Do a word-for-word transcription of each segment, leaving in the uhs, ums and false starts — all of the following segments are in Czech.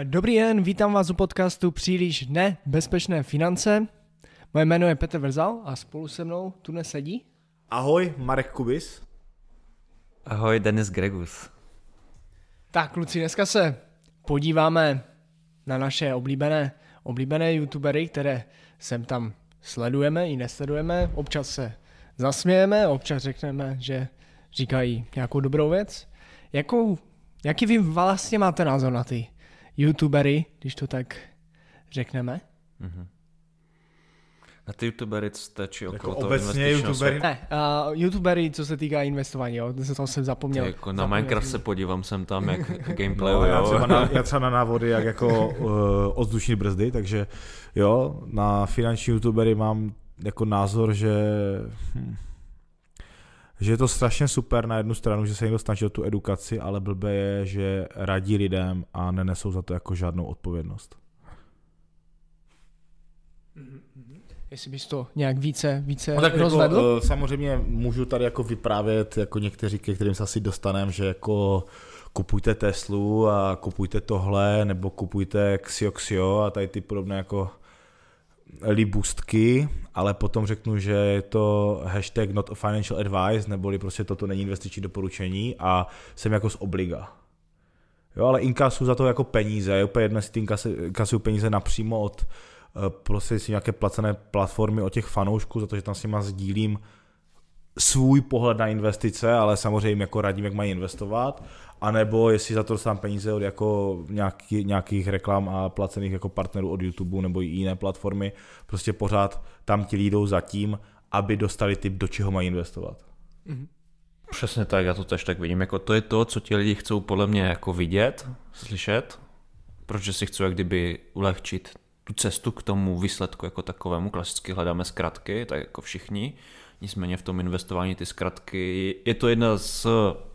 Dobrý den, vítám vás u podcastu Příliš nebezpečné finance. Moje jméno je Petr Vrzal a spolu se mnou tu dnes sedí. Ahoj, Marek Kubis. Ahoj, Denis Gregus. Tak kluci, dneska se podíváme na naše oblíbené, oblíbené youtubery, které sem tam sledujeme i nesledujeme. Občas se zasmějeme, občas řekneme, že říkají nějakou dobrou věc. Jakou, jaký vy vlastně máte názor na ty youtubery, když to tak řekneme? Mm-hmm. Na ty youtubery stačí okolo jako toho obecně youtubery? Ne, uh, youtubery, co se týká investování, jo, to jsem zapomněl. Jako na Minecraft se podívám sem tam, jak gameplay, no, jo. Já třeba, na, já třeba na návody, jak jako uh, ovzdušní brzdy, takže jo, na finanční youtubery mám jako názor, že hm, že je to strašně super na jednu stranu, že se někdo snaží o tu edukaci, ale blbé je, že radí lidem a nenesou za to jako žádnou odpovědnost. Jestli bys to nějak více, více no, tak rozvedl? Jako, samozřejmě můžu tady jako vyprávět jako někteří, ke kterým se asi dostaneme, že jako kupujte Teslu a kupujte tohle, nebo kupujte Xio Xio a tady ty podobné jako libustky, ale potom řeknu, že je to hashtag not a financial advice, neboli prostě toto není investiční doporučení a jsem jako z obliga. Jo, ale inkasuju za to jako peníze, je úplně jedno, jestli inkasuju peníze napřímo od prostě si nějaké placené platformy od těch fanoušků, za to, že tam s nima sdílím svůj pohled na investice, ale samozřejmě jako radím, jak mají investovat, anebo jestli za to dostávám peníze od jako nějaký, nějakých reklam a placených jako partnerů od YouTube nebo i jiné platformy, prostě pořád tam ti jdou za tím, aby dostali tip, do čeho mají investovat. Mm-hmm. Přesně tak, já to tež tak vidím, jako to je to, co ti lidi chcou podle mě jako vidět, slyšet, protože si chcou jak kdyby ulehčit tu cestu k tomu výsledku jako takovému, klasicky hledáme zkratky, tak jako všichni, nicméně v tom investování ty zkratky, je to jedna z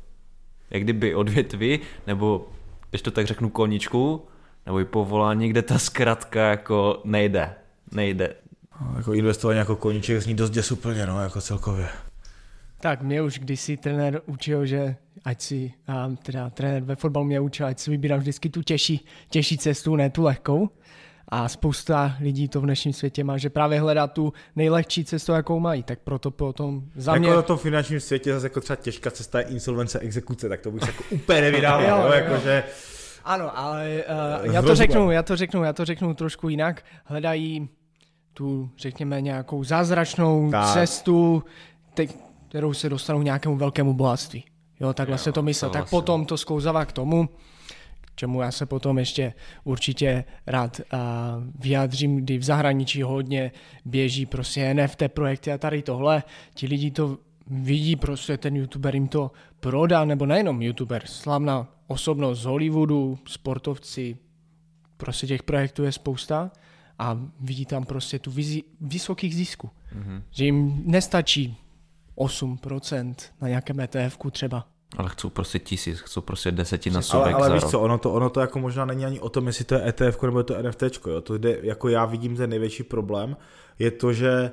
jak kdyby odvětví, nebo když to tak řeknu koníčku, nebo i povolání, kde ta zkratka jako nejde, nejde. No, jako investování jako koníček zní dost děsuplně, no, jako celkově. Tak mě už kdysi trenér učil, že ať si, a teda trenér ve fotbalu mě učil, ať si vybírám vždycky tu těžší, těžší cestu, ne tu lehkou. A spousta lidí to v dnešním světě má, že právě hledá tu nejlehčí cestu, jakou mají, tak proto potom za mě... Jako na tom finančním světě zase jako třeba těžká cesta je insolvence, exekuce, tak to bych se jako úplně nevydával, jo, jo, jako že... Ano, ale uh, já to řeknu, já to řeknu, já to řeknu trošku jinak. Hledají tu, řekněme, nějakou zázračnou tak. cestu, te, kterou se dostanou k nějakému velkému bohatství. Jo, takhle jo, se to myslí. Tak potom to sklouzává k tomu, čemu já se potom ještě určitě rád uh, vyjádřím, kdy v zahraničí hodně běží prostě N F T projekty a tady tohle. Ti lidi to vidí, prostě ten youtuber jim to prodá, nebo nejenom youtuber, slavná osobnost z Hollywoodu, sportovci, prostě těch projektů je spousta a vidí tam prostě tu vizi vysokých zisků. Mm-hmm. Že jim nestačí osm procent na nějakém E T F ku třeba. Ale chcou prostě tisíc, chcou prostě desetinásobek ale, ale za víš rok. co, ono to, ono to jako možná není ani o tom, jestli to je E T F nebo je to NFTčko, jo. To jde, jako já vidím ten největší problém, je to, že e,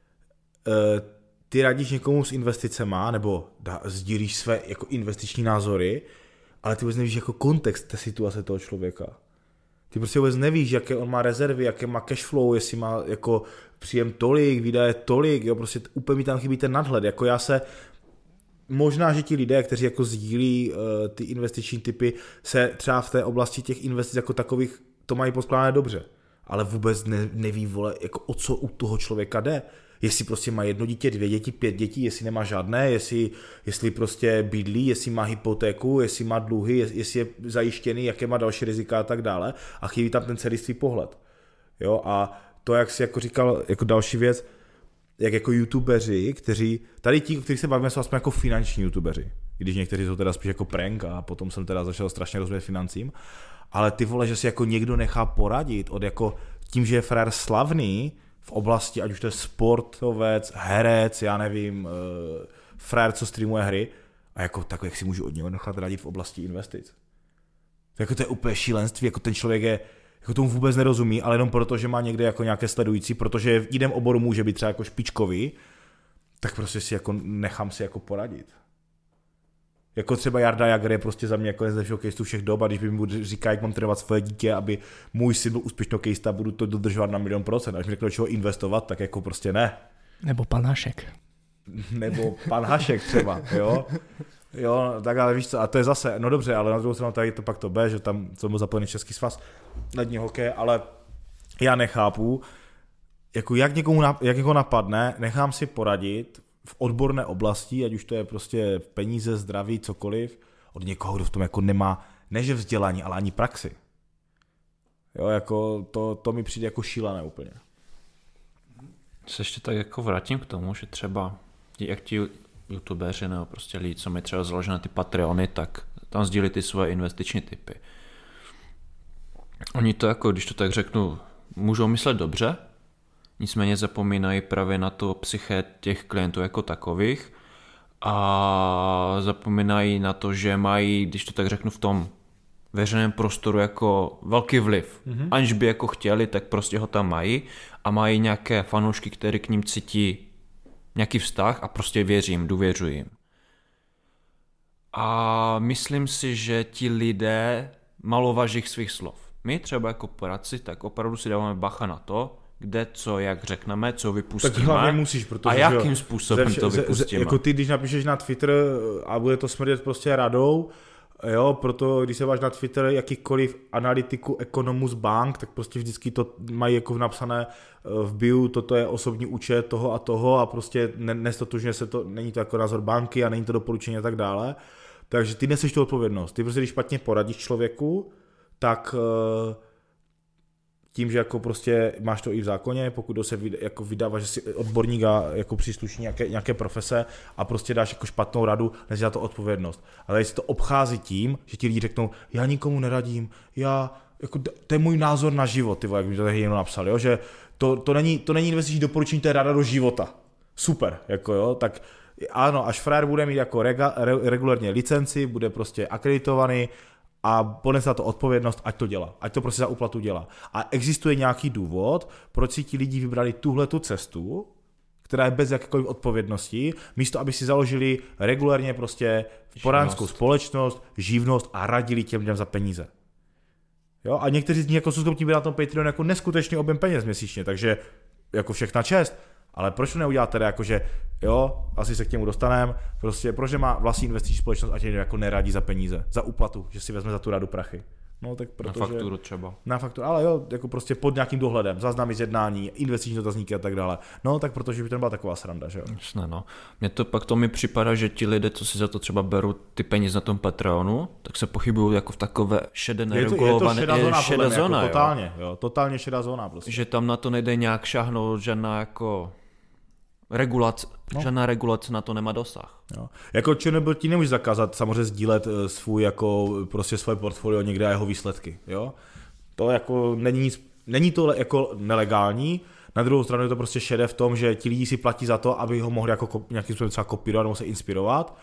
ty radíš někomu s investicema, nebo da, sdílíš své jako investiční názory, ale ty vůbec nevíš jako kontext té situace toho člověka. Ty prostě vůbec nevíš, jaké on má rezervy, jaké má cash flow, jestli má jako příjem tolik, výdaje tolik, jo, prostě úplně mi tam chybí ten nadhled, jako já se možná, že ti lidé, kteří jako sdílí uh, ty investiční typy, se třeba v té oblasti těch investic jako takových to mají poskládané dobře, ale vůbec ne, neví, vole, jako o co u toho člověka jde. Jestli prostě má jedno dítě, dvě děti, pět dětí, jestli nemá žádné, jestli, jestli prostě bydlí, jestli má hypotéku, jestli má dluhy, jestli je zajištěný, jaké má další rizika a tak dále a chybí tam ten celistvý pohled. Jo, a to, jak jsi jako říkal, jako další věc, jak jako youtubeři, kteří, tady ti, kteří se bavíme, jsou aspoň jako finanční youtubeři, i když někteří jsou teda spíš jako prank a potom jsem teda začal strašně rozumět financím, ale ty vole, že si jako někdo nechá poradit od jako tím, že je frér slavný v oblasti, ať už to je sportovec, herec, já nevím, frér, co streamuje hry, a jako tak, jak si můžu od něho nechat radit v oblasti investic. Jako to je úplně šílenství, jako ten člověk je, jako tomu vůbec nerozumí, ale jenom proto, že má někde jako nějaké sledující, protože v jiném oboru může být třeba jako špičkový, tak prostě si jako nechám si jako poradit. Jako třeba Jarda Jagr je prostě za mě jako jeden ze všeho kejstů všech dob a když mi říká, jak mám trénovat svoje dítě, aby můj syn byl úspěšný kejsta, budu to dodržovat na milion procent. Až mi řekne, do čeho investovat, tak jako prostě ne. Nebo pan Hašek. Nebo pan Hašek třeba, jo. Jo, tak ale víš co, a to je zase, no dobře, ale na druhou stranu tady to pak to B, že tam co byl zapojený Český svaz lední hokeje, ale já nechápu, jako jak někomu jak někoho napadne, nechám si poradit v odborné oblasti, ať už to je prostě peníze, zdraví, cokoliv, od někoho, kdo v tom jako nemá, ne že vzdělání, ale ani praxi. Jo, jako to, to mi přijde jako šílené úplně. Se ještě tak jako vrátím k tomu, že třeba jak ti youtubeři nebo prostě lidi, co mají třeba založené ty Patreony, tak tam sdílí ty svoje investiční tipy. Oni to jako, když to tak řeknu, můžou myslet dobře, nicméně zapomínají právě na to psyché těch klientů jako takových a zapomínají na to, že mají, když to tak řeknu, v tom veřejném prostoru jako velký vliv. Mm-hmm. Aniž by jako chtěli, tak prostě ho tam mají a mají nějaké fanoušky, které k ním cítí nějaký vztah a prostě věřím, důvěřuji jim. A myslím si, že ti lidé malo váží svých slov. My třeba jako poradci, tak opravdu si dáváme bacha na to, kde, co, jak řekneme, co vypustíme. Tak hlavně musíš, protože a jakým způsobem vše, to vypustíme. Jako ty, když napíšeš na Twitter a bude to smrdět prostě radou, jo, proto když se váš na Twitter jakýkoliv analytiku, ekonomů z bank, tak prostě vždycky to mají jako napsané v bio, toto je osobní účet toho a toho a prostě nestotožňuje se to, není to jako názor banky a není to doporučení a tak dále. Takže ty neseš tu odpovědnost. Ty prostě, když špatně poradíš člověku, tak tím, že jako prostě máš to i v zákoně, pokud se jako vydává, že jsi odborník a jako příslušní nějaké, nějaké profese a prostě dáš jako špatnou radu, neseš za to odpovědnost. Ale tady se to obchází tím, že ti lidi řeknou, já nikomu neradím, já, jako, to je můj názor na život, ty vole, jak mi to tady jenom napsal, jo, že to, to není, to není investiční doporučení, to je rada do života. Super, jako jo, tak ano, až frajer bude mít jako rega, re, regulárně licenci, bude prostě akreditovaný, a ponese na to odpovědnost, ať to dělá, ať to prostě za úplatu dělá. A existuje nějaký důvod, proč si ti lidi vybrali tuhle tu cestu, která je bez jakékoliv odpovědnosti, místo aby si založili regulárně prostě poránskou společnost, živnost a radili těm lidem za peníze. Jo? A někteří z nich jako jsou schopni být na tom Patreon jako neskutečný objem peněz měsíčně, takže jako všechna čest. Ale proč to neudělat teda jakože, jo, asi se k němu dostaneme, prostě proč má vlastní investiční společnost a tě jako neradí za peníze, za úplatu, že si vezme za tu radu prachy. No tak protože, na fakturu třeba. Na fakturu, ale jo, jako prostě pod nějakým dohledem, záznamy z jednání, investiční dotazníky a tak dále. No tak protože by to nebyla taková sranda, že jo. Jasné, no. Mně to pak to mi připadá, že ti lidé, co si za to třeba berou ty peníze na tom Patreonu, tak se pochybují jako v takové šedé neregulované. Je to, je to šedá zóna, šedá zóna jako jo. Totálně, jo, totálně šedá zóna prostě. Že tam na to nejde nějak šáhnout, žádná jako regulace, no. Žádná regulace na to nemá dosah. Jo. Jako ČNB ti nemůže zakázat samozřejmě sdílet svůj jako prostě svoje portfolio někde a jeho výsledky, jo. To jako není nic, není to jako nelegální, na druhou stranu je to prostě šedé v tom, že ti lidi si platí za to, aby ho mohli jako nějakým způsobem třeba kopírovat nebo se inspirovat,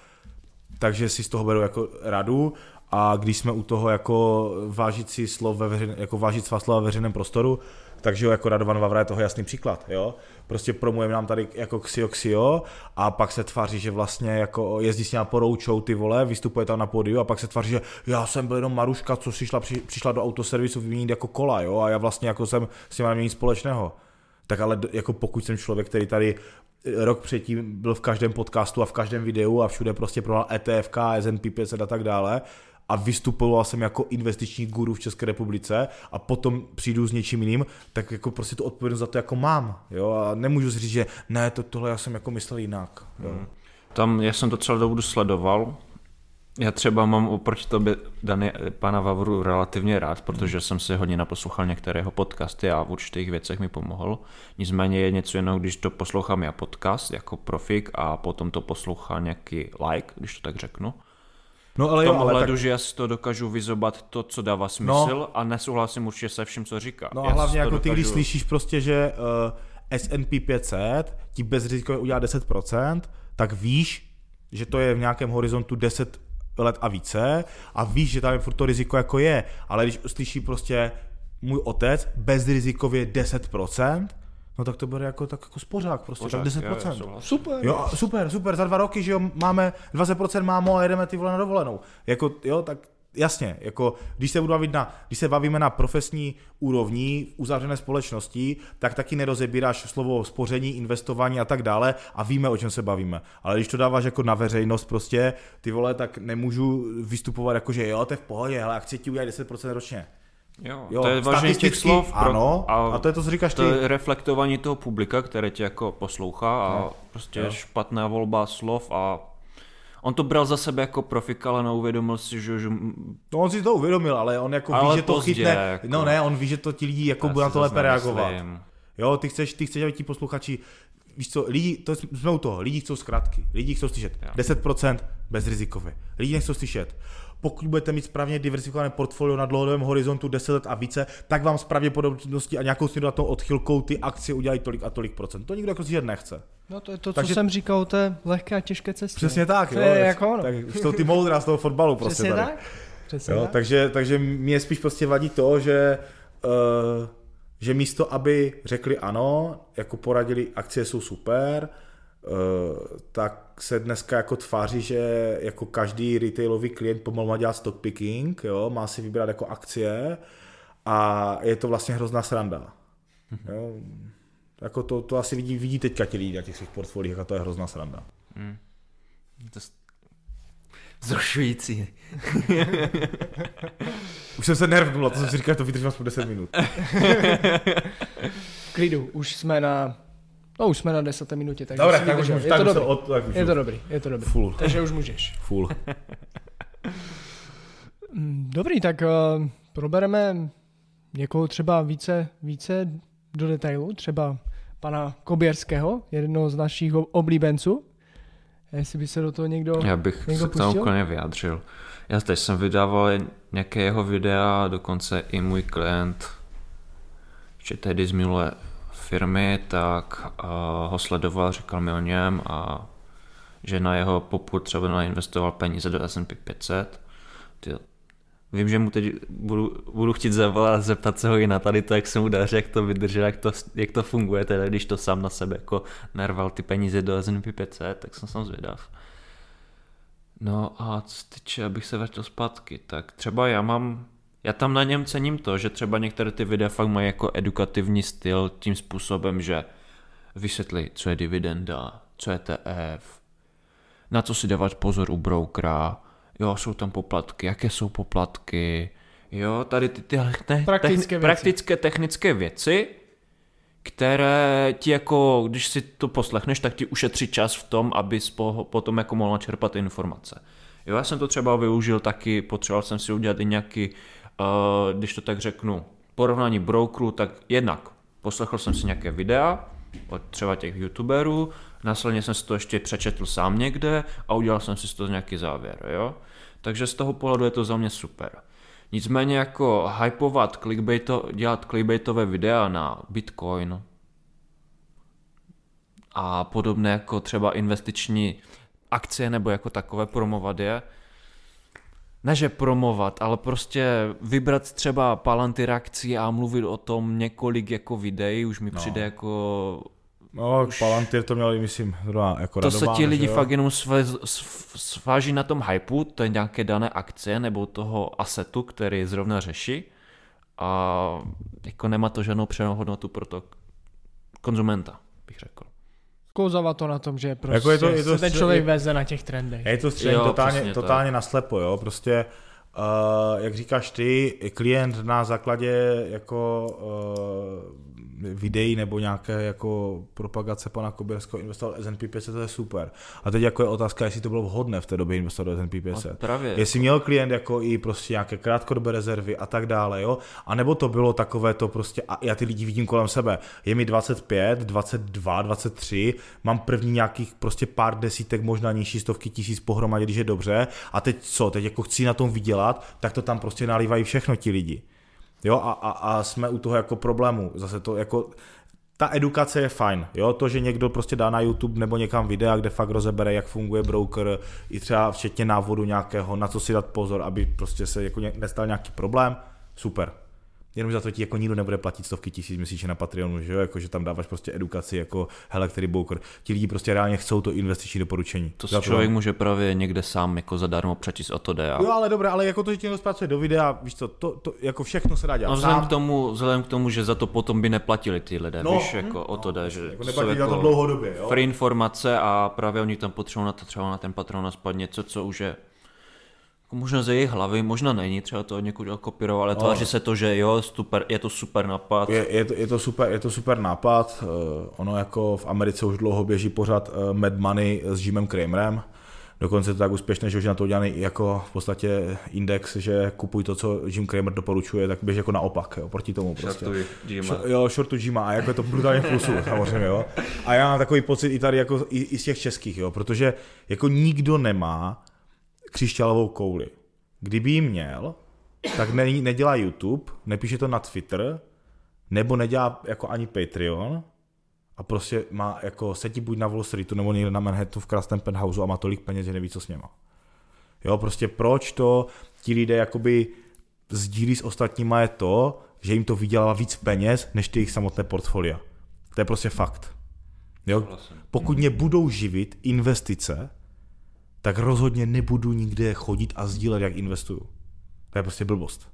takže si z toho berou jako radu a když jsme u toho jako vážit si slov ve veřejn, jako vážit svá slova ve veřejném prostoru, takže jo, jako Radovan Vavra je toho jasný příklad, jo. Prostě promujeme nám tady jako ksio ksio a pak se tváří, že vlastně jako jezdí s ním poroučou ty vole, vystupuje tam na pódiu a pak se tváří, že já jsem byl jenom Maruška, co přišla, při, přišla do autoservisu vyměnit jako kola, jo, a já vlastně jako jsem s tím neměl nic společného. Tak ale jako pokud jsem člověk, který tady rok předtím byl v každém podcastu a v každém videu a všude prostě prohrál E T F K, S and P pět set a tak dále a vystupoval jsem jako investiční guru v České republice a potom přijdu s něčím jiným, tak jako prostě tu odpovědnost za to jako mám, jo, a nemůžu si říct, že ne, to, tohle já jsem jako myslel jinak. Jo. Hmm. Tam já jsem to celou dobu sledoval, já třeba mám oproti tobě Dani, pana Vavru relativně rád, protože hmm. jsem si hodně naposlouchal některé jeho podcasty a v určitých věcech mi pomohl. Nicméně je něco jiného, když to poslouchám já podcast jako profik a potom to poslouchá nějaký like, když to tak řeknu. No, ale v tom jo, ale ohledu, tak... že já si to dokážu vyzobat to, co dává smysl no. a nesouhlasím určitě se vším, co říká. No já a hlavně jako dokážu... ty, když slyšíš prostě, že uh, S and P pět set ti bezrizikově udělá deset procent, tak víš, že to je v nějakém horizontu deset let a více a víš, že tam je furt to riziko jako je, ale když slyší prostě můj otec bezrizikově deset procent, no tak to bude jako, tak jako spořák, prostě Spořák, tak deset procent. jo, Super. Jo, super, super, za dva roky, že jo, máme dvacet procent mámo a jedeme ty vole na dovolenou. Jako, jo, tak jasně, jako, když se budu bavit na, když se bavíme na profesní úrovni v uzavřené společnosti, tak taky nerozebíráš slovo spoření, investování a tak dále a víme, o čem se bavíme. Ale když to dáváš jako na veřejnost prostě, ty vole, tak nemůžu vystupovat jako, že jo, to je v pohodě, hele, chci ti udělat deset procent ročně. Jo, Jo, to je vážně těch slov. Pro, ano, a, a to je to, co říkáš ty. To je reflektování toho publika, které tě jako poslouchá a no, prostě jo. špatná volba slov a on to bral za sebe jako profik, ale neuvědomil si, že... že... No on si to uvědomil, ale on jako ale ví, že to pozdě, chytne, jako... no ne, on ví, že to ti lidi jako budou na to lépe reagovat. Myslím. Jo, ty chceš, ty chceš, aby ti posluchači, víš co, lidi, to jsme u toho, lidi chcou zkrátky, lidi chcou slyšet Jo. deset procent bezrizikové, lidi nechcou slyšet. Pokud budete mít správně diversifikované portfolio na dlouhodobém horizontu deset let a více, tak vám s pravděpodobností a nějakou snidovatou odchylkou ty akcie udělají tolik a tolik procent. To nikdo jako slyšet nechce. No to je to, Takže... co jsem říkal o té lehké a těžké cestě. Přesně tak, to jo. je jako ono. Tak jsou ty moudra z toho fotbalu prostě Přesně tady. tak. Přesně Jo, tak. takže, takže mě spíš prostě vadí to, že, uh, že místo, aby řekli ano, jako poradili, akcie jsou super, uh, tak se dneska jako tváří, že jako každý retailový klient pomalu má dělat stock picking, jo, má si vybrat jako akcie a je to vlastně hrozná sranda. Jo. Jako to, to asi vidí, vidí teďka ti lidi na těch svých portfoliích a to je hrozná sranda. Hmm. To je zrušující. Už jsem se nervnul, to jsem si říkal, že to vydržím aspoň deset minut. V klidu, už jsme na... No už jsme na desáté minutě, takže Dobre, si tak už vydržel. můžu, je tak to už dobrý. to od- tak už Je už. to dobrý, je to dobrý. Full. Takže už můžeš. Full. Mm, Dobrý, tak uh, probereme někoho třeba více, více do detailu, třeba pana Kobierského, jednoho z našich ob- oblíbenců. Jestli by se do toho někdo Já bych někdo se k tomu pustil? úplně vyjádřil. Já teď jsem vydával nějaké jeho videa, dokonce i můj klient, ještě tehdy z minulé firmy, tak uh, ho sledoval, říkal mi o něm a že na jeho popud třeba nainvestoval peníze do S and P pět set. Ty, vím, že mu teď budu, budu chtít zavolat a zeptat se ho i na tady to, jak se mu daří, jak to vydržel, jak to, jak to funguje, teda když to sám na sebe jako narval ty peníze do S and P pět set, tak jsem sám zvědav. No a co týče, abych se vrátil zpátky, tak třeba já mám, já tam na něm cením to, že třeba některé ty videa fakt mají jako edukativní styl tím způsobem, že vysvětlí, co je dividenda, co je T F, na co si dávat pozor u brokera, jo, jsou tam poplatky, jaké jsou poplatky, jo, tady ty, ty te, Praktické techni, věci. praktické technické věci, které ti jako, když si to poslechneš, tak ti ušetří čas v tom, abys po, potom jako mohl načerpat informace. Jo, já jsem to třeba využil taky, potřeboval jsem si udělat i nějaký, uh, když to tak řeknu, porovnání brokerů, tak jednak poslechl jsem si nějaké videa od třeba těch youtuberů, následně jsem si to ještě přečetl sám někde a udělal jsem si z toho nějaký závěr, jo. Takže z toho pohledu je to za mě super. Nicméně jako hypovat, clickbaito, dělat clickbaitové videa na Bitcoin a podobné jako třeba investiční akcie nebo jako takové promovat je, ne že promovat, ale prostě vybrat třeba Palantir akci a mluvit o tom několik jako videí, už mi No. přijde jako... No, už... Palantir to měli, myslím, zrovna jako To se radováno, ti lidi že jo? fakt jenom svaz, sváží na tom hypeu, to je nějaké dané akcie nebo toho asetu, který zrovna řeší a jako nemá to žádnou přenou hodnotu pro to konzumenta, bych řekl. Klouzava to na tom, že prostě Jako je to- je to se ten stře- člověk je- veze na těch trendech. Je to střelení Jo, totálně, přesně totálně naslepo, jo, prostě uh, jak říkáš ty, klient na základě jako uh, videí nebo nějaké jako propagace pana Kobierského investoval S and P pět set, to je super. A teď jako je otázka, jestli to bylo vhodné v té době investovat do S and P pět set. A právě. Jestli měl klient jako i prostě nějaké krátkodobé rezervy a tak dále, jo, a nebo to bylo takové to prostě, a já ty lidi vidím kolem sebe, je mi dvacet pět, dvacet dva, dvacet tři, mám první nějakých prostě pár desítek, možná nižší stovky tisíc pohromadě, když je dobře, a teď co, teď jako chci na tom vydělat, tak to tam prostě nalívají všechno ti lidi. Jo, a, a, a jsme u toho jako problému, zase to jako, ta edukace je fajn, jo, to, že někdo prostě dá na YouTube nebo někam videa, kde fakt rozebere, jak funguje broker, i třeba včetně návodu nějakého, na co si dát pozor, aby prostě se jako nestal nějaký problém, super. Jenom za to ti jako nikdo nebude platit stovky tisíc měsíčně na Patreonu, že jo, jako že tam dáváš prostě edukaci jako hele, který broker. Ti lidi prostě reálně chcou to investiční doporučení. To si člověk může právě někde sám jako zadarmo přečíst o to jde. A... Jo, ale dobré, ale jako to, že ti někdo zpracuje do videa, víš co, to, to jako všechno se dá dělat. No vzhledem sám. k tomu, vzhledem k tomu, že za to potom by neplatili ty lidé, no, víš, jako hm, o to jde, no, že jako neplatí za to dlouhodobě, jo. Free informace a právě oni tam potřebují na to třeba na ten Patreon naspat něco, co už je možná ze jejich hlavy, možná není, třeba to někud kopíroval, ale no. Tváří se to, že jo, super, je to super nápad. Je, je, to, je, to super, je to super nápad, uh, ono jako v Americe už dlouho běží pořád uh, Mad Money s Jimem Cramerem, dokonce to tak úspěšné, že už na to udělaný jako v podstatě index, že kupuj to, co Jim Cramer doporučuje, tak běží jako naopak, jo, proti tomu prostě. Shortuj Jima. Š- jo, shortu Jima a jako je to brutálně v plusu, samozřejmě, jo. A já mám takový pocit i tady jako i, i z těch českých, jo, protože jako nikdo nemá křišťálovou kouli. Kdyby ji měl, tak ne, nedělá YouTube, nepíše to na Twitter, nebo nedělá jako ani Patreon a prostě má jako sedí buď na Wall Streetu nebo někde na Manhattanu v krásném penthouse a má tolik peněz, že neví, co s něma. Jo, prostě proč to ti lidé jakoby sdílí s ostatníma je to, že jim to vydělává víc peněz, než ty jejich samotné portfolia. To je prostě fakt. Jo? Pokud mě budou živit investice, tak rozhodně nebudu nikde chodit a sdílet, jak investuju. To je prostě blbost.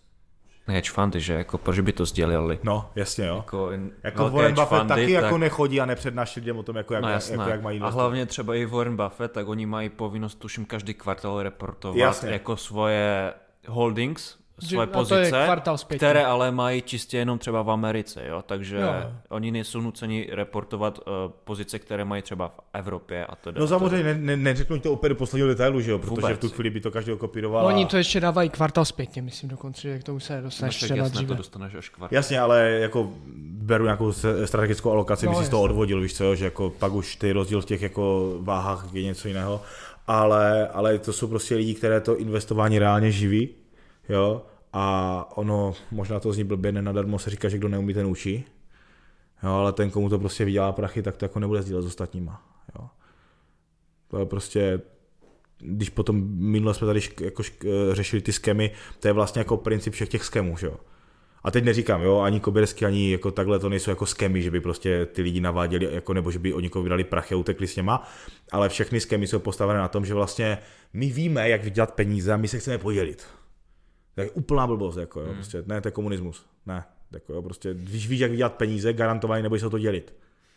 Hedge fundy, že? Jako, proč by to sdělili? No, jasně, jo. Jako, jako Warren Buffett fundy, taky tak... jako nechodí a nepřednáší lidem o tom, jako, jak, no, jako, jak mají investovat. A hlavně třeba i Warren Buffett, tak oni mají povinnost, tuším, každý kvartál reportovat jasně. jako svoje holdings, svoje že, pozice, které ale mají čistě jenom třeba v Americe, jo, takže jo. Oni nejsou nuceni reportovat uh, pozice, které mají třeba v Evropě a to. No samozřejmě ne, ne, neřeknu to úplně do posledního detailu, že jo, protože vůbec. V tu chvíli by to každý kopíroval. No, oni to ještě dávají kvartál zpětně, myslím dokonce, že k tomu se dostaneš no, třeba jasné, dříve. To dostaneš až kvartál. Jasně, ale jako beru nějakou strategickou alokaci, no, by si z toho odvodil, víš co, že jako pak už ty rozdíl v těch jako váhách je něco jiného, ale, ale to jsou prostě lidi, které to investování reálně živí, jo. A ono, možná to zní blbě, nenadarmo se říká, že kdo neumí, ten učí. Jo, ale ten, komu to prostě vydělá prachy, tak to jako nebude sdílet s ostatníma. Jo. To je prostě, když potom minule jsme tady jako řešili ty skemy, to je vlastně jako princip všech těch skemů. Jo. A teď neříkám, jo, ani Koberský, ani jako takhle to nejsou jako skemy, že by prostě ty lidi naváděli, jako, nebo že by od někoho vydali prachy a utekli s něma, ale všechny skemy jsou postavené na tom, že vlastně my víme, jak vydělat peníze a my se chceme podělit. To je úplná blbost, jako, jo, hmm. prostě, ne, to je komunismus, ne, jako, jo, prostě, když víš, jak vydělat peníze, garantovaně nebudeš se o to dělit,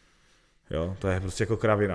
jo, to je prostě jako kravina.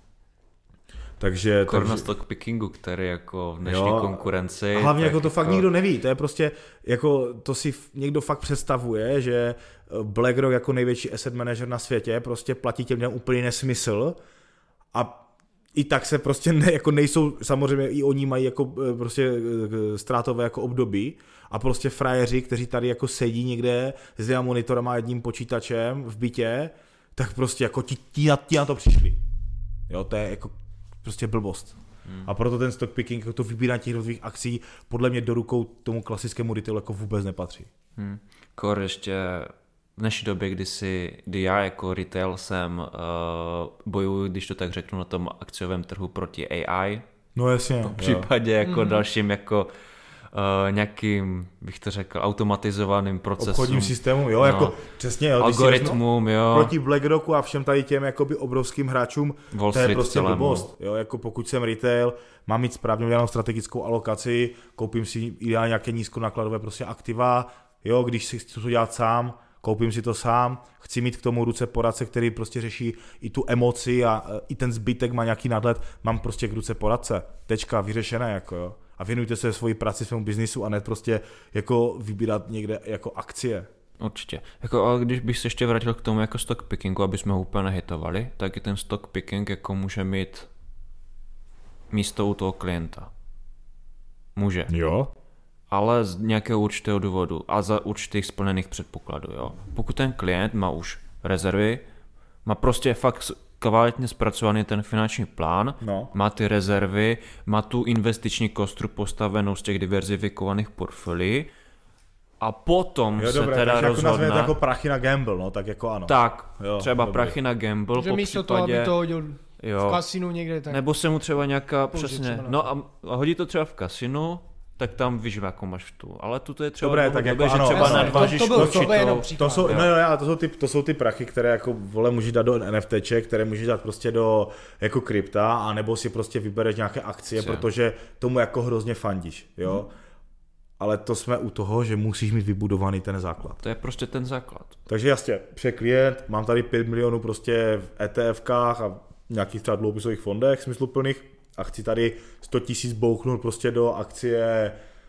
Takže... Korna stock pickingu, který jako v dnešní jo, konkurenci... A hlavně jako to jako... fakt nikdo neví, to je prostě, jako to si někdo fakt představuje, že BlackRock jako největší asset manager na světě prostě platí těm lidem úplný nesmysl a i tak se prostě ne, jako nejsou, samozřejmě i oni mají jako prostě ztrátové jako období a prostě frajeři, kteří tady jako sedí někde s dvěma monitorama a jedním počítačem v bytě, tak prostě jako ti, ti, na, ti na to přišli. Jo, to je jako prostě blbost. Hmm. A proto ten stock picking, jako to vybírání těch rozvých akcí, podle mě do rukou tomu klasickému retailu jako vůbec nepatří. Hmm. Kor ještě v dnešní době, kdy, si, kdy já jako retail jsem uh, bojuju, když to tak řeknu, na tom akciovém trhu proti A I. No jasně. V případě jo. jako mm. dalším jako uh, nějakým, bych to řekl, automatizovaným procesům. Obchodním systému, jo, no, jako přesně. Jo, algoritmům, jo. Proti BlackRocku a všem tady těm jakoby obrovským hráčům, Wall to je Street prostě celému. blbost. Jo, jako pokud jsem retail, mám mít správně udělanou strategickou alokaci, koupím si ideálně nějaké nízkonákladové prostě aktiva, jo, když si chci to dělat sám, koupím si to sám, chci mít k tomu ruce poradce, který prostě řeší i tu emoci a i ten zbytek má nějaký nadhled, mám prostě k ruce poradce. Tečka, vyřešené, jako jo. A věnujte se svoji práci, svému biznisu a ne prostě jako vybírat někde jako akcie. Určitě. Jako, ale když bych se ještě vrátil k tomu jako stock pickingu, aby jsme ho úplně nehitovali, tak i ten stock picking jako může mít místo u toho klienta. Může. Jo. Ale z nějakého určitého důvodu a za určitých splněných předpokladů. Jo. Pokud ten klient má už rezervy, má prostě fakt kvalitně zpracovaný ten finanční plán, no. má ty rezervy, má tu investiční kostru postavenou z těch diverzifikovaných portfolií a potom jo, se dobré, teda rozhodne... Jako nazvěte jako prachy na gamble, no, tak jako ano. Tak, jo, třeba dobré. prachy na gamble, že po místo případě... toho, aby to hodil jo. v kasinu někde, tak... Nebo se mu třeba nějaká, přesně, třeba no a, a hodí to třeba v kasinu, tak tam víš, jako máš tu. Ale tu je třeba dobré, tak jako, že ano, třeba ano, nadvážíš to, to, byl, to, určitou... To jsou, no, no, to, jsou ty, to jsou ty prachy, které jako vole můžeš dát do NFTček, které můžeš dát prostě do jako krypta, anebo si prostě vybereš nějaké akcie, Cie. protože tomu jako hrozně fandíš, jo. Hmm. Ale to jsme u toho, že musíš mít vybudovaný ten základ. To je prostě ten základ. Takže jasně, pře klient, mám tady pět milionů prostě v ETFkách a nějakých třeba dluhopisových fondech smysluplných a chci tady sto tisíc bouchnout prostě do akcie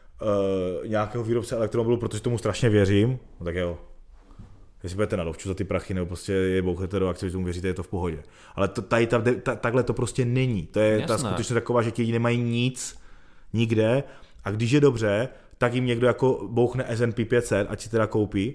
uh, nějakého výrobce elektromobilu, protože tomu strašně věřím, no tak jo. Jestli budete na dovču za ty prachy, nebo prostě je bouchnete do akcie, že tomu věříte, je to v pohodě. Ale to, tady ta, ta, takhle to prostě není. To je Jasné. ta skutečně taková, že ti lidi nemají nic, nikde a když je dobře, tak jim někdo jako bouchne S and P pět set, ať si teda koupí.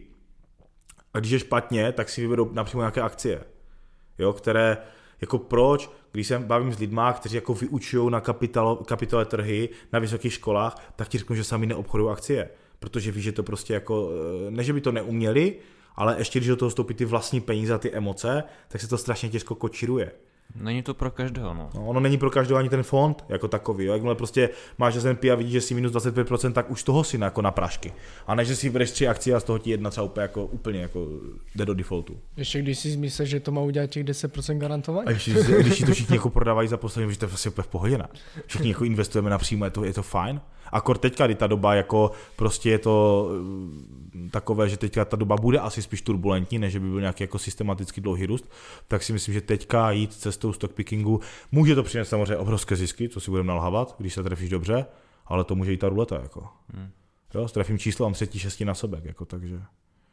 A když je špatně, tak si vyberou například nějaké akcie, jo, které jako proč, když se bavím s lidma, kteří jako vyučují na kapitalo, kapitole trhy na vysokých školách, tak ti řeknu, že sami neobchodují akcie, protože víš, že to prostě jako, ne, že by to neuměli, ale ještě když do toho vstoupí ty vlastní peníze a ty emoce, tak se to strašně těžko kočíruje. Není to pro každého, no. no. Ono není pro každého ani ten fond jako takový, jo. Jakmile prostě máš S and P a vidíš, že si minus dvacet pět procent, tak už toho si na, jako na prášky. A ne, že si vybereš tři akcie a z toho ti jedna třeba úplně jako, úplně jako jde do defaultu. Ještě když si myslíš, že to má udělat těch deset procent garantovaně. A ještě, když si to všichni jako prodávají za poslední, že to je vlastně úplně v pohodě, ne? Všichni jako investujeme napřímo, je to, je to fajn. Akor teďka, kdy ta doba jako prostě je to takové, že teďka ta doba bude asi spíš turbulentní, než by byl nějaký jako systematicky dlouhý růst, tak si myslím, že teďka jít cestou stock pickingu může to přinést samozřejmě obrovské zisky, co si budeme nalhávat, když se trefíš dobře, ale to může jít ta ruleta jako. Hmm. Jo, trefím číslo, mám třetí, šestí na sobek, jako takže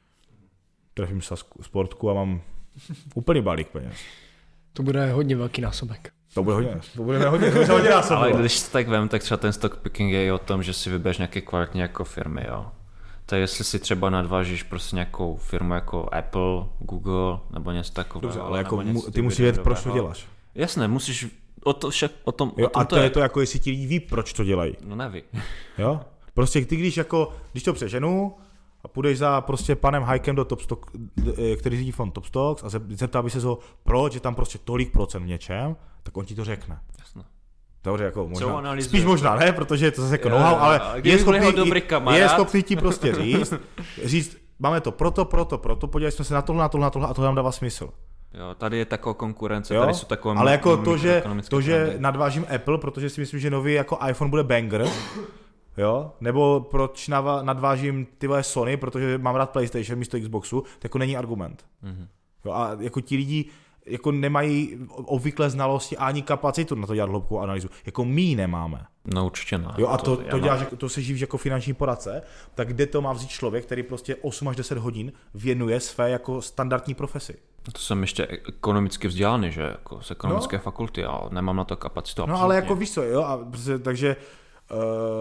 trefím sportku a mám úplný balík peněz. To bude hodně velký násobek. To bude hodně, to bude hodně, to bude hodně násobek. Ale když to tak vem, tak třeba ten stock picking je i o tom, že si vybereš nějaké kvalitní jako firmy, jo. Tak jestli si třeba nadvážíš prostě nějakou firmu jako Apple, Google nebo něco takového. Dobře, ale jako mu, ty musíš vědět, proč to děláš. Jasné, musíš o, to však, o tom, jo, o tom a to je to jako, jestli ti lidi ví, proč to dělají. No neví. Jo? Prostě ty, když jako, když to přeženu a půjdeš za prostě panem Hajkem do Top Stock, který řídí fond Top Stocks a zeptá by se ho, proč je tam prostě tolik procent v něčem, tak on ti to řekne. Jasné. Dobře, jako možná, spíš možná ne, protože je to zase jako know-how, ale je schopný, je schopný ti prostě říct, říct, máme to proto, proto, proto, podívej jsme se na tohle, na tohle, na tohle a to nám dává smysl. Jo, tady je taková konkurence, jo? Tady jsou takové ale jako to, že, to, že nadvážím Apple, protože si myslím, že nový jako iPhone bude banger, jo, nebo proč nadvážím ty vole Sony, protože mám rád PlayStation místo Xboxu, to jako není argument. Mm-hmm. Jo, a jako ti lidi jako nemají obvykle znalosti ani kapacitu na to dělat hloubkovou analýzu. Jako my ji nemáme. No určitě ne. Jo, a to, to, to děláš, to se živíš jako finanční poradce, tak kde to má vzít člověk, který prostě osm až deset hodin věnuje své jako standardní profesi. To jsem ještě ekonomicky vzdělaný, že jako z ekonomické no. fakulty, ale nemám na to kapacitu. No ale jako víš co, jo, a takže uh,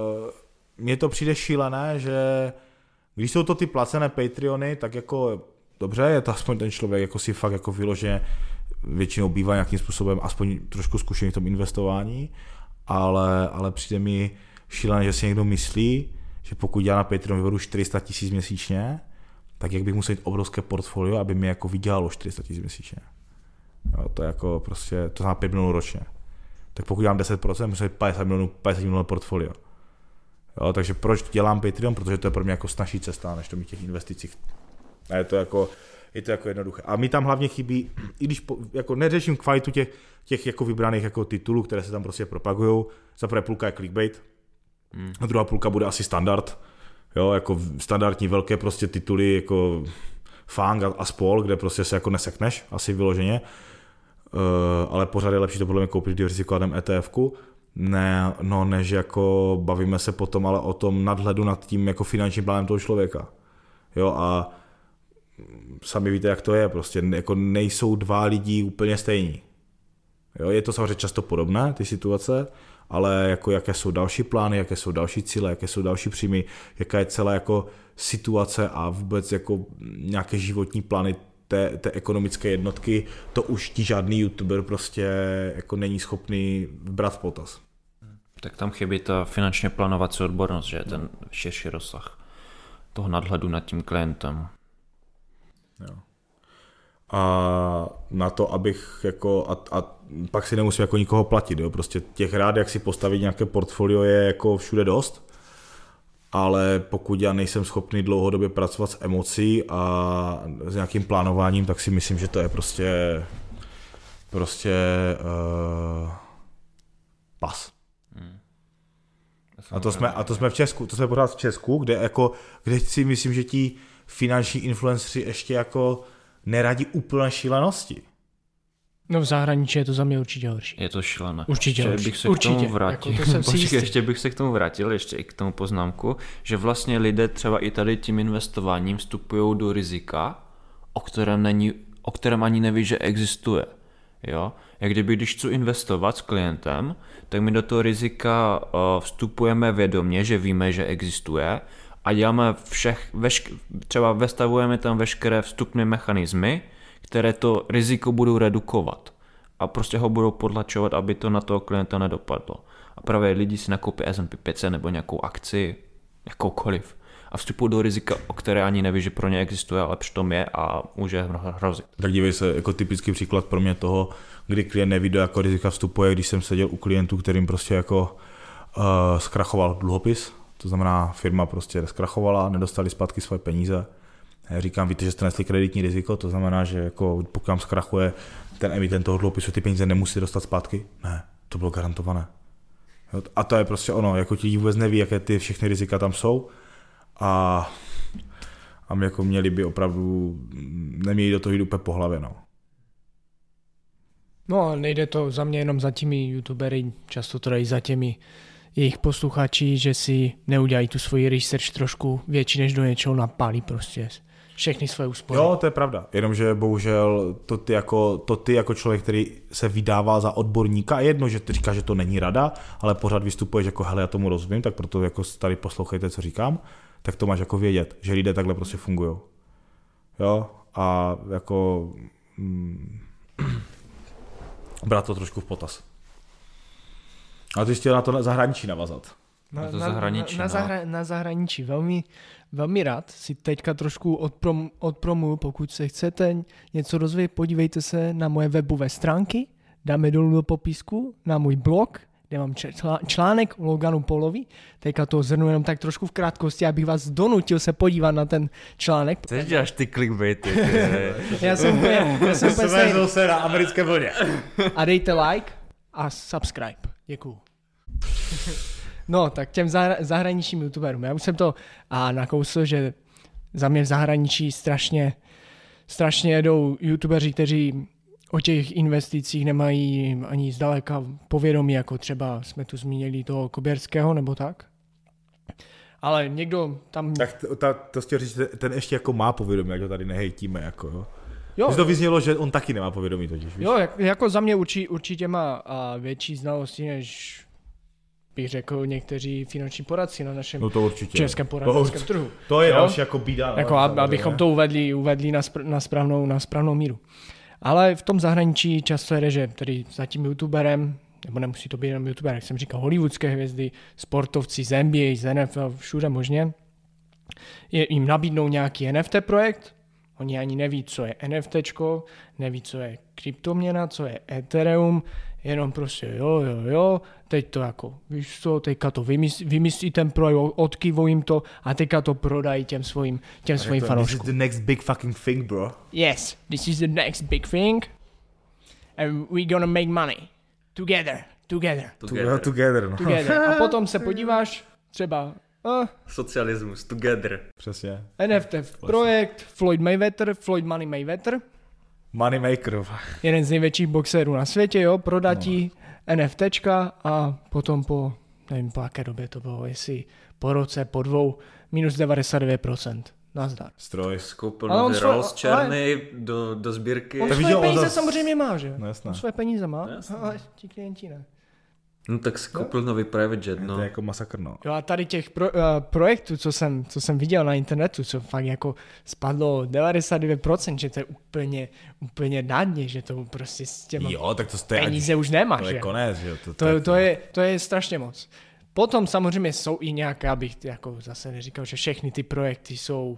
mně to přijde šílené, že když jsou to ty placené Patreony, tak jako dobře, je to aspoň ten člověk jako si fakt jako vyloženě většinou bývá nějakým způsobem aspoň trošku zkušený v tom investování, ale, ale přijde mi šílené, že si někdo myslí, že pokud já na Patreon vyvedu čtyři sta tisíc měsíčně, tak jak bych musel mít obrovské portfolio, aby mi jako vydělalo čtyři sta tisíc měsíčně. Jo, to je jako prostě, to znamená pět milionů ročně. Tak pokud dělám deset procent, musím mít padesát milionů, padesát milionů portfolio. Jo, takže proč dělám Patreon? Protože to je pro mě jako snažší cesta, než to mít těch investicích. A je to jako, je to jako jednoduché. A mi tam hlavně chybí, i když po, jako neřeším kvalitu těch, těch jako vybraných jako titulů, které se tam prostě propagujou. Za prvé půlka je clickbait, hmm. a druhá půlka bude asi standard. Jo, jako standardní velké prostě tituly jako Fang a, a spol, kde prostě se jako nesekneš, asi vyloženě. Uh, ale pořád je lepší to podle mě koupit v diversifikovaném ETFku. Ne, no než jako bavíme se potom ale o tom nadhledu nad tím jako finančním plánem toho člověka. Jo, a sami víte, jak to je, prostě jako nejsou dva lidi úplně stejní. Jo, je to samozřejmě často podobné, ty situace, ale jako jaké jsou další plány, jaké jsou další cíle, jaké jsou další příjmy, jaká je celá jako situace a vůbec jako nějaké životní plány té, té ekonomické jednotky, to už ti žádný youtuber prostě jako není schopný brát v potaz. Tak tam chybí ta finančně plánovací odbornost, že je ten širší rozsah toho nadhledu nad tím klientem. Jo. A na to, abych jako, a, a pak si nemusím jako nikoho platit, jo, prostě těch rád, jak si postavit nějaké portfolio je jako všude dost, ale pokud já nejsem schopný dlouhodobě pracovat s emocí a s nějakým plánováním, tak si myslím, že to je prostě prostě uh, pas. Hmm. A to jsme, a to jsme v Česku, to jsme pořád v Česku, kde jako, kde si myslím, že ti finanční influenceri ještě jako neradí úplné šílenosti. No v zahraničí je to za mě určitě horší. Je to šílené. Určitě ještě horší. bych se určitě. k tomu vrátil. Jako to Počkej, ještě bych se k tomu vrátil, ještě i k tomu poznámku, že vlastně lidé třeba i tady tím investováním vstupují do rizika, o kterém, není, o kterém ani neví, že existuje. Jo? Jak kdyby, když chci investovat s klientem, tak my do toho rizika uh, vstupujeme vědomě, že víme, že existuje a děláme všech, vešk, třeba vestavujeme tam veškeré vstupné mechanismy, které to riziko budou redukovat a prostě ho budou podlačovat, aby to na toho klienta nedopadlo. A právě lidi si nakoupí S and P pět set nebo nějakou akci, jakoukoliv, a vstupují do rizika, o které ani neví, že pro ně existuje, ale přitom je a může hrozit. Tak dívej se, jako typický příklad pro mě toho, kdy klient neví, do jakého rizika vstupuje, když jsem seděl u klientů, kterým prostě jako uh, zkrachoval dluhopis, to znamená firma prostě zkrachovala, nedostali zpátky svoje peníze. Já říkám, víte, že jste nesli kreditní riziko, to znamená, že jako pokud vám zkrachuje ten emitent toho dluhopisu, ty peníze nemusí dostat zpátky? Ne, to bylo garantované. A to je prostě ono, jako ti vůbec neví, jaké ty všechny rizika tam jsou a, a my jako měli by opravdu neměli do toho jít úplně po hlavě, no. No, nejde to za mě jenom za těmi youtubery, často to dají za těmi jejich posluchači, že si neudělají tu svoji research trošku větší, než do něčeho napálí prostě všechny své úspory. Jo, to je pravda, jenomže bohužel to ty, jako, to ty jako člověk, který se vydává za odborníka, jedno, že ty říká, že to není rada, ale pořád vystupuješ jako hele, já tomu rozumím, tak proto jako tady poslouchejte, co říkám, tak to máš jako vědět, že lidé takhle prostě fungují. Jo, a jako mm, brát to trošku v potaz. A ty jsi chtěl na to zahraničí navazat. Na, na, to na, zahraničí, na, na, zahra, na zahraničí. Velmi, velmi rád si teďka trošku odprom, odpromuju, pokud se chcete něco dozvědět, podívejte se na moje webové stránky, dáme dolů do popisku, na můj blog, kde mám článek o Loganu Paulovi. Teďka to zhrnu jenom tak trošku v krátkosti, abych vás donutil se podívat na ten článek. Co děláš ty clickbaity? Já jsem úplně... Já jsem úplně se na americké vlně. A dejte like a subscribe. Děkuju. No, tak těm zahra- zahraničním youtuberům. Já už jsem to a nakousl, že za mě v zahraničí strašně, strašně jedou youtubeři, kteří o těch investicích nemají ani zdaleka povědomí, jako třeba jsme tu zmínili toho Koběrského, nebo tak. Ale někdo tam... Tak to, to, to chtěl říct, ten ještě jako má povědomí, jak ho tady nehejtíme, jako jo. Jo. Když to vyznělo, že on taky nemá povědomí totiž, víš? Jo, jak, jako za mě urči, určitě má a větší znalosti, než bych řekl někteří finanční poradci na našem no to určitě. českém poradenském trhu. To je jo? další jako bída. Jako no, ab, abychom to uvedli, uvedli na, spr- na, správnou, na správnou míru. Ale v tom zahraničí často jde, že tedy za tím youtuberem, nebo nemusí to být jenom youtuber, jak jsem říkal, hollywoodské hvězdy, sportovci z N B A, z N F L, všude možně, je, jim nabídnou nějaký N F T projekt, oni ani neví, co je NFTčko, neví, co je kryptoměna, co je Ethereum, jenom prostě jo, jo, jo, teď to jako, víš co, teďka to vymyslí, vymyslí ten projekt, odkyvou jim to a teďka to prodají těm svým, těm svým fanouškům. This is the next big fucking thing, bro. Yes, this is the next big thing and we're gonna make money. Together, together. Together. Together, no. Together. A potom se podíváš třeba uh, socialismus, together. Přesně. N F T projekt, Floyd Mayweather, Floyd Money Mayweather. Moneymaker. Jeden z největších boxerů na světě, jo, prodatí no. NFTčka a potom po, nevím po jaké době to bylo, jestli po roce, po dvou, minus devadesát devět procent. Nazdar. Stroj. Skoupil nový Rolls černý do, do sbírky. On svoje peníze zas... samozřejmě má, že? No jasné. On svoje peníze má, no, ale ti klienti ne. No tak si koupil nový private jet, no. To je jako masakr, no. Jo a tady těch pro, uh, projektů, co jsem, co jsem viděl na internetu, co fakt jako spadlo devadesát devět procent, že to je úplně, úplně na dně, že to prostě s těma jo, tak to stojí, peníze už nemáš, to je že? konec, že? To, to, to, to, je, to je strašně moc. Potom samozřejmě jsou i nějaké, abych jako zase neříkal, že všechny ty projekty jsou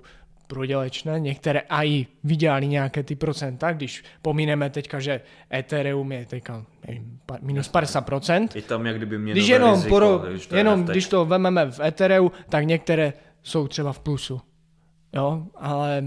prodělečné, některé aj vydělali nějaké ty procenta, když pomíneme teďka, že Ethereum je teďka nevím, minus padesát procent. I tam jak kdyby měnové když jenom, riziko, poro, když to, jenom když to vememe v Ethereu, tak některé jsou třeba v plusu. Jo, ale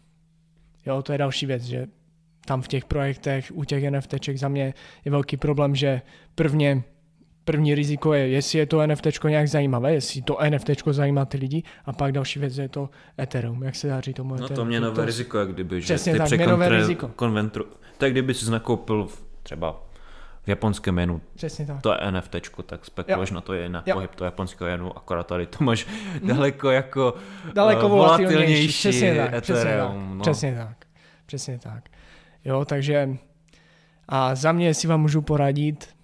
jo, to je další věc, že tam v těch projektech, u těch NFTček za mě je velký problém, že prvně První riziko je, jestli je to NFTčko nějak zajímavé, jestli to NFTčko zajímá ty lidi, a pak další věc je to Ethereum, jak se daří tomu Ethereum. No to měnové to riziko, jak kdyby, že přesně ty tak, měnové riziko. Konventru, tak kdyby jsi nakoupil v, třeba v japonském jenu to NFTčko, tak spekuluješ na to je na jo. pohyb toho japonského jenu, akorát tady to máš hmm. daleko jako daleko uh, volatilnější přesně tak, Ethereum. Přesně tak, no. přesně tak, přesně tak. Jo, takže a za mě, jestli vám můžu poradit,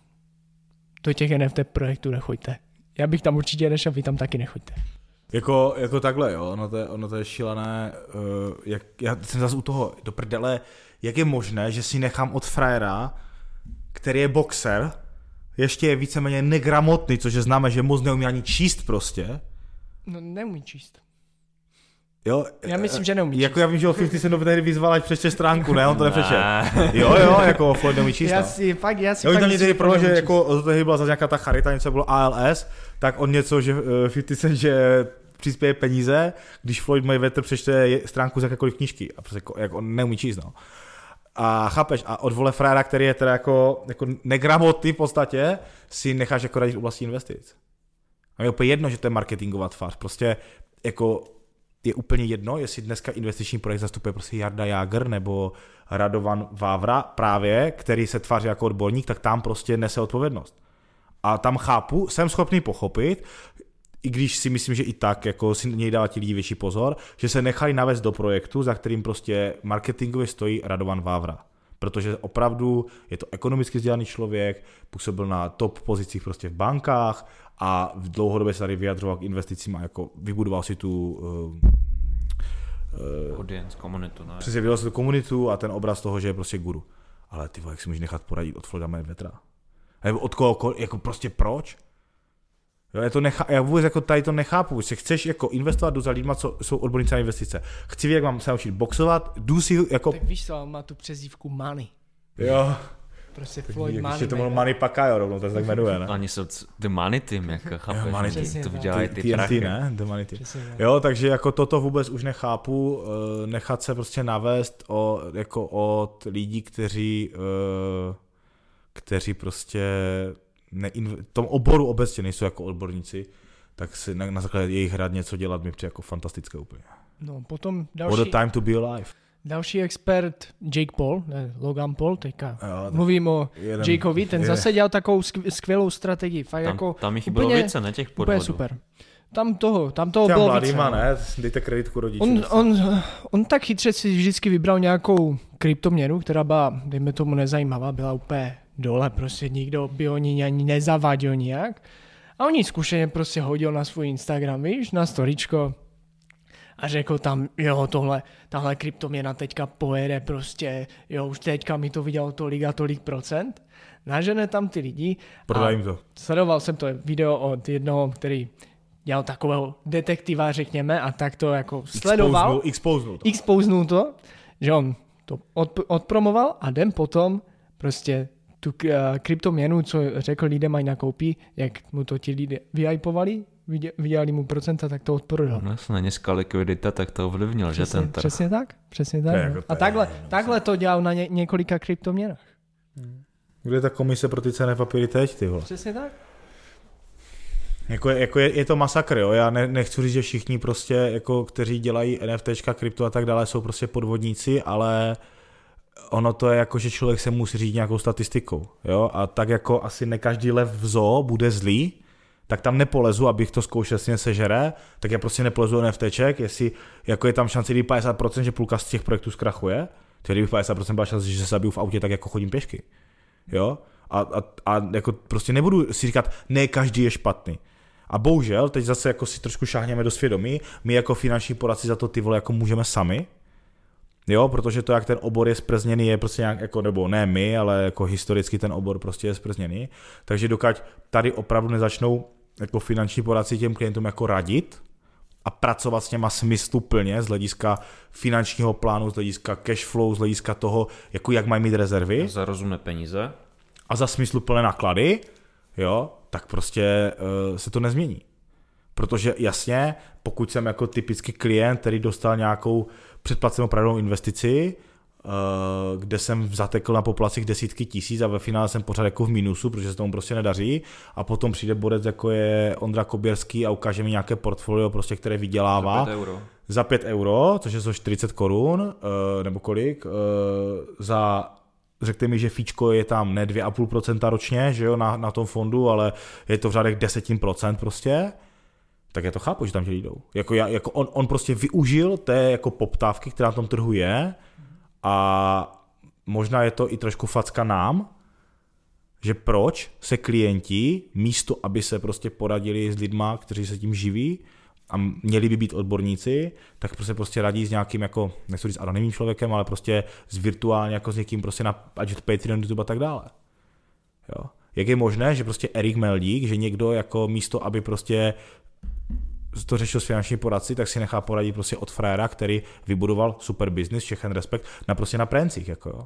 do těch N F T projektů nechoďte. Já bych tam určitě nešel, vy tam taky nechoďte. Jako, jako takhle, jo, ono to je, ono to je šílené, uh, jak, já jsem zase u toho, do prdele, jak je možné, že si nechám od frajera, který je boxer, ještě je víceméně negramotný, což je známe, že moc neumí ani číst prostě. No neumí číst. Jo, já myslím, že neumí jako číst. Já vím, že ho padesát Cent tehdy vyzval, ať přečte stránku, ne, on to nepřečet. Jo, jo, jako Floyd neumí číst. Já si fakt, já si jo, fakt tam někdy pro, že jako tehdy byla zase nějaká ta charita, něco bylo A L S, tak on něco, že padesát Cent, že přispěje peníze, když Floyd Mayweather přečte stránku z jakékoliv knížky, a prostě jak on neumí číst, no. A chápeš, a od vole frajera, který je teda jako, jako negramotný v podstatě, si necháš jako radit v oblasti investic. A je úplně jedno, že to je marketingová tvář, prostě jako je úplně jedno, jestli dneska investiční projekt zastupuje prostě Jarda Jágr nebo Radovan Vávra právě, který se tváří jako odborník, tak tam prostě nese odpovědnost. A tam chápu, jsem schopný pochopit, i když si myslím, že i tak jako si něj dává ti lidi větší pozor, že se nechali navést do projektu, za kterým prostě marketingově stojí Radovan Vávra. Protože opravdu je to ekonomicky vzdělaný člověk, působil na top pozicích prostě v bankách a v dlouhodobě se tady vyjadřoval k investicím a jako vybudoval si tu uh, uh, audience, komunitu. Ne? Přesně, vybudoval si tu komunitu a ten obraz toho, že je prostě guru. Ale ty vole, jak si můžeš nechat poradit od Floyda Mayweathera? Nebo od koho, jako prostě proč? Jo, já, to nechá, já vůbec jako tady to nechápu, když chceš jako investovat, jdu za lidma, co jsou odborníci na investice. Chci vědět, jak mám se naučit boxovat, jdu si jako... Tak víš co, má tu přezdívku Money. Jo. Prostě Floyd Money. Ještě to bylo Money Pacquiao, rovnou, to se tak jmenuje, ne? Oni jsou The Money Team, jako chápeš, jo, money team. To vydělají ty, ty prachy. ne? The Money Team. Jo, takže jako toto vůbec už nechápu, nechat se prostě navést o, jako od lidí, kteří, kteří prostě v tom oboru obecně nejsou jako odborníci, tak si na, na základě jejich hrad něco dělat mi přijde jako fantastické úplně. No, potom další... What a time to be alive. Další expert, Jake Paul, ne, Logan Paul, teďka jo, mluvím o jeden, Jakeovi, ten je. zase dělal takovou skvělou strategii. Fakt tam, jako tam jich bylo více, ne těch podvodů. Úplně super. Tam toho, tam toho Těm bylo mladýma, více. ne, dejte kreditku rodičům. On, on, on tak chytře si vždycky vybral nějakou kryptoměnu, která byla, dejme tomu, nezajímavá, byla úplně dole, prostě nikdo by o ní ani nezavadil nijak. A on ji zkušeně prostě hodil na svůj Instagram, víš, na storičko. A řekl tam, jo, tohle, tahle kryptoměna teďka pojede prostě, jo, už teďka mi to vidělo tolik a tolik procent. Nažene tam ty lidi. Prodaj jim to. Sledoval jsem to video od jednoho, který dělal takového detektiva, řekněme, a tak to jako sledoval. Expoznul to. Expoznul to, že on to od, odpromoval a den potom prostě tu kryptoměnu, co řekl lidem mají nakoupí, jak mu to ti lidé vyhypovali, vydělali mu procenta, tak to odporodal. No jasně, dneska likvidita, tak to ovlivnil, přesně, že ten trh. Přesně tak, přesně tak. Jako a takhle, je, takhle to dělal na ně, několika kryptoměnách. Kde je ta komise pro ty cenné papíry teď, ty vole? Přesně tak. Jako, je, jako je, je to masakr, jo, já ne, nechci říct, že všichni prostě, jako, kteří dělají NFTčka, krypto a tak dále, jsou prostě podvodníci, ale ono to je jako, že člověk se musí říct nějakou statistikou, jo, a tak jako asi ne každý lev v zoo bude zlý, tak tam nepolezu, abych to zkoušel, jestli mě sežere, tak já prostě nepolezu NFTček, jestli jako je tam šance, kdyby padesát procent, že půlka z těch projektů zkrachuje, tedy kdyby padesát procent byla šance, že se zabiju v autě, tak jako chodím pěšky, jo, a, a, a jako prostě nebudu si říkat, ne každý je špatný. A bohužel, teď zase jako si trošku šáhněme do svědomí, my jako finanční poradci za to ty vole jako můžeme sami, jo, protože to, jak ten obor je zprzněný, je prostě nějak, jako, nebo ne my, ale jako historicky ten obor prostě je zprzněný, takže dokud tady opravdu nezačnou jako finanční poradci těm klientům jako radit, a pracovat s něma smysluplně z hlediska finančního plánu, z hlediska cash flow, z hlediska toho, jako jak mají mít rezervy. Za rozumné peníze. A za smysluplné náklady, jo, tak prostě uh, se to nezmění. Protože jasně, pokud jsem jako typický klient, který dostal nějakou předplacenou pravidelnou investici, kde jsem zatekl na poplatcích desítky tisíc a ve finále jsem pořád jako v mínusu, protože se tomu prostě nedaří a potom přijde borec jako je Ondra Koběrský a ukáže mi nějaké portfolio, prostě, které vydělává za pět euro, za pět euro, což je čtyřicet korun, nebo kolik, za řekněte mi, že fíčko je tam ne dvě a půl procenta ročně, že jo, na, na tom fondu, ale je to v řádech deset procent prostě, tak já to chápu, že tam ti jdou. Jako já, jako on, on prostě využil té jako poptávky, která na tom trhu je, a možná je to i trošku facka nám, že proč se klienti místo, aby se prostě poradili s lidma, kteří se tím živí a měli by být odborníci, tak prostě prostě radí s nějakým jako, nechci říct anonymním člověkem, ale prostě s virtuálně jako s někým prostě na ať Patreon, YouTube a tak dále. Jo. Jak je možné, že prostě Erik Meldík, že někdo jako místo, aby prostě to řešil s finanční poradci, tak si nechá poradit prostě od frajera, který vybudoval super business, všechen respekt, na prostě na préncích, jako jo.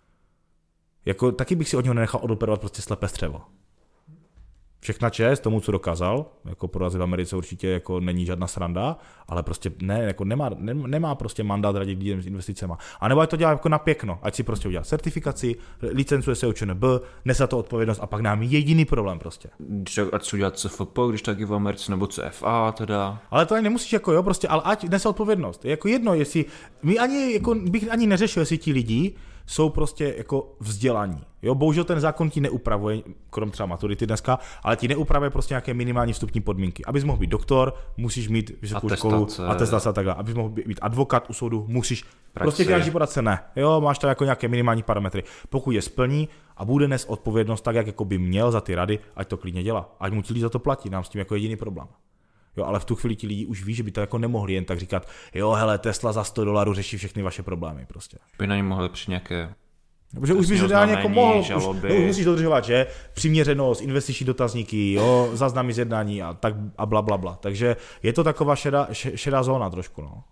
Jako taky bych si od něho nenechal odoperovat prostě slepé střevo. Všechna čest tomu, co dokázal, jako porazit v Americe určitě jako není žádná sranda, ale prostě ne, jako nemá, ne, nemá prostě mandát radit lidem s investicema. A nebo ať to dělá jako na pěkno, ať si prostě udělá certifikaci, licencuje se o ČNB, nese to odpovědnost a pak nám jediný problém prostě. Ať si udělat C F P, když taky v Americe, nebo C F A teda. Ale to ani nemusíš jako jo, prostě, ale ať nese odpovědnost. Je jako jedno, jestli, my ani, jako bych ani neřešil, jestli ti lidi jsou prostě jako vzdělaní. Jo, bohužel ten zákon ti neupravuje, krom třeba maturity dneska, ale ti neupravuje prostě nějaké minimální vstupní podmínky. Abys mohl být doktor, musíš mít vysokou školu, atestace a tak dále. Abys mohl být advokát u soudu, musíš. Praxi. Prostě finanční poradce ne. Jo, máš tam jako nějaké minimální parametry. Pokud je splní a bude nést odpovědnost tak, jak jako by měl za ty rady, ať to klidně dělá. Ať mu ti lidi za to platí, nám s tím jako jediný problém. Jo, ale v tu chvíli ti lidi už ví, že by to jako nemohli jen tak říkat, jo, hele, Tesla za sto dolarů řeší všechny vaše problémy prostě. By na ně mohli při nějaké... Protože už bys ideálně jako mohl, už, no, musíš dodržovat, že přiměřenost, investiční dotazníky, jo, záznamy z jednání a tak a bla, bla, bla. Takže je to taková šedá, šedá zóna trošku, no.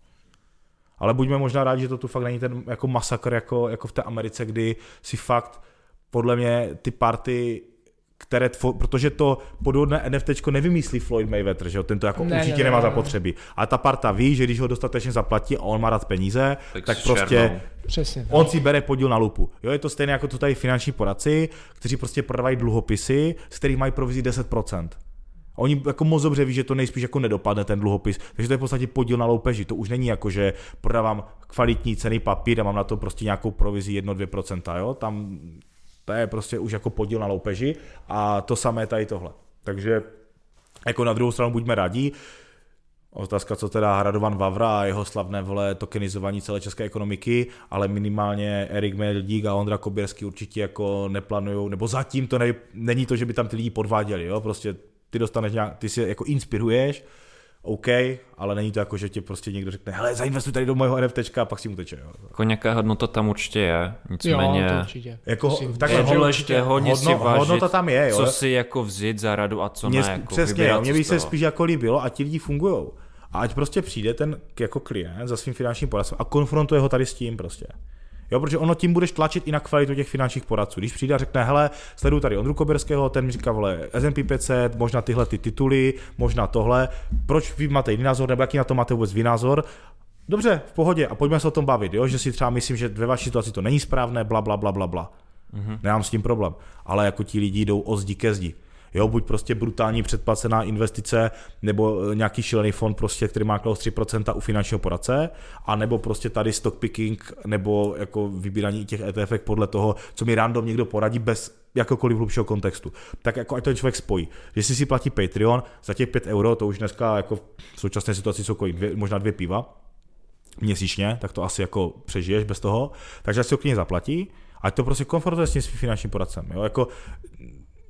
Ale buďme možná rádi, že to tu fakt není ten jako masakr jako, jako v té Americe, kdy si fakt podle mě ty party, které, tvo, protože to podvodné NFTčko nevymyslí Floyd Mayweather, že jo, ten to jako ne, určitě ne, nemá ne, zapotřebí. A ta parta ví, že když ho dostatečně zaplatí a on má rád peníze, tak, tak prostě přesně, on si bere podíl na lupu. Jo, je to stejné jako to tady finanční poradci, kteří prostě prodávají dluhopisy, z kterých mají provizi deset procent. A oni jako moc dobře ví, že to nejspíš jako nedopadne ten dluhopis, takže to je v podstatě podíl na loupeži. To už není jako, že prodávám kvalitní cenný papír a mám na to prostě nějakou provizi jedna až dvě procenta, jo, tam to je prostě už jako podíl na loupeži a to samé tady tohle. Takže jako na druhou stranu buďme rádi. Otázka, co teda Radovan Vavra a jeho slavné vole tokenizování celé české ekonomiky, ale minimálně Erik Meldík a Ondra Koběrský určitě jako neplánujou, nebo zatím to ne, není to, že by tam ty lidi podváděli, jo, prostě ty dostaneš nějak, ty si jako inspiruješ, OK, ale není to jako, že ti prostě někdo řekne, hele, zainvestuj tady do mojho NFTčka a pak si mu teče. Jo. Jako nějaká hodnota tam určitě je, nicméně... Jo, to určitě. Jako, takhle, tohle ještě hodně hodno, si vážit, hodnota tam je, jo. Co si jako vzít za radu a co mě, ne. Jako přesně, mě by se spíš jako líbilo a ti lidi fungujou. A ať prostě přijde ten jako klient za svým finančním poradcem a konfrontuje ho tady s tím prostě. Jo, protože ono tím budeš tlačit i na kvalitu těch finančních poradců. Když přijde a řekne, hele, sleduju tady Ondru Koběrského, ten mi říká, vole, S and P pět set, možná tyhle ty tituly, možná tohle, proč vy máte jiný názor, nebo jaký na to máte vůbec vy názor? Dobře, v pohodě, a pojďme se o tom bavit, jo, že si třeba myslím, že ve vaší situaci to není správné, bla, bla, bla, bla, bla. Mm-hmm. Nemám s tím problém, ale jako ti lidi jdou o zdi ke zdi. Jo, buď prostě brutální předplacená investice, nebo nějaký šílený fond, prostě, který má klaus tři procenta u finančního poradce, a nebo prostě tady stock picking, nebo jako vybírání těch E T F podle toho, co mi random někdo poradí bez jakokoliv hlubšího kontextu. Tak jako ať to člověk spojí. Jestli si platí Patreon za těch pět euro, to už dneska jako v současné situaci jsou dvě, možná dvě piva měsíčně, tak to asi jako přežiješ bez toho, takže si ho klidně zaplatí, ať to prostě konfrontuje s tím svým finančním poradcem. Jo? Jako,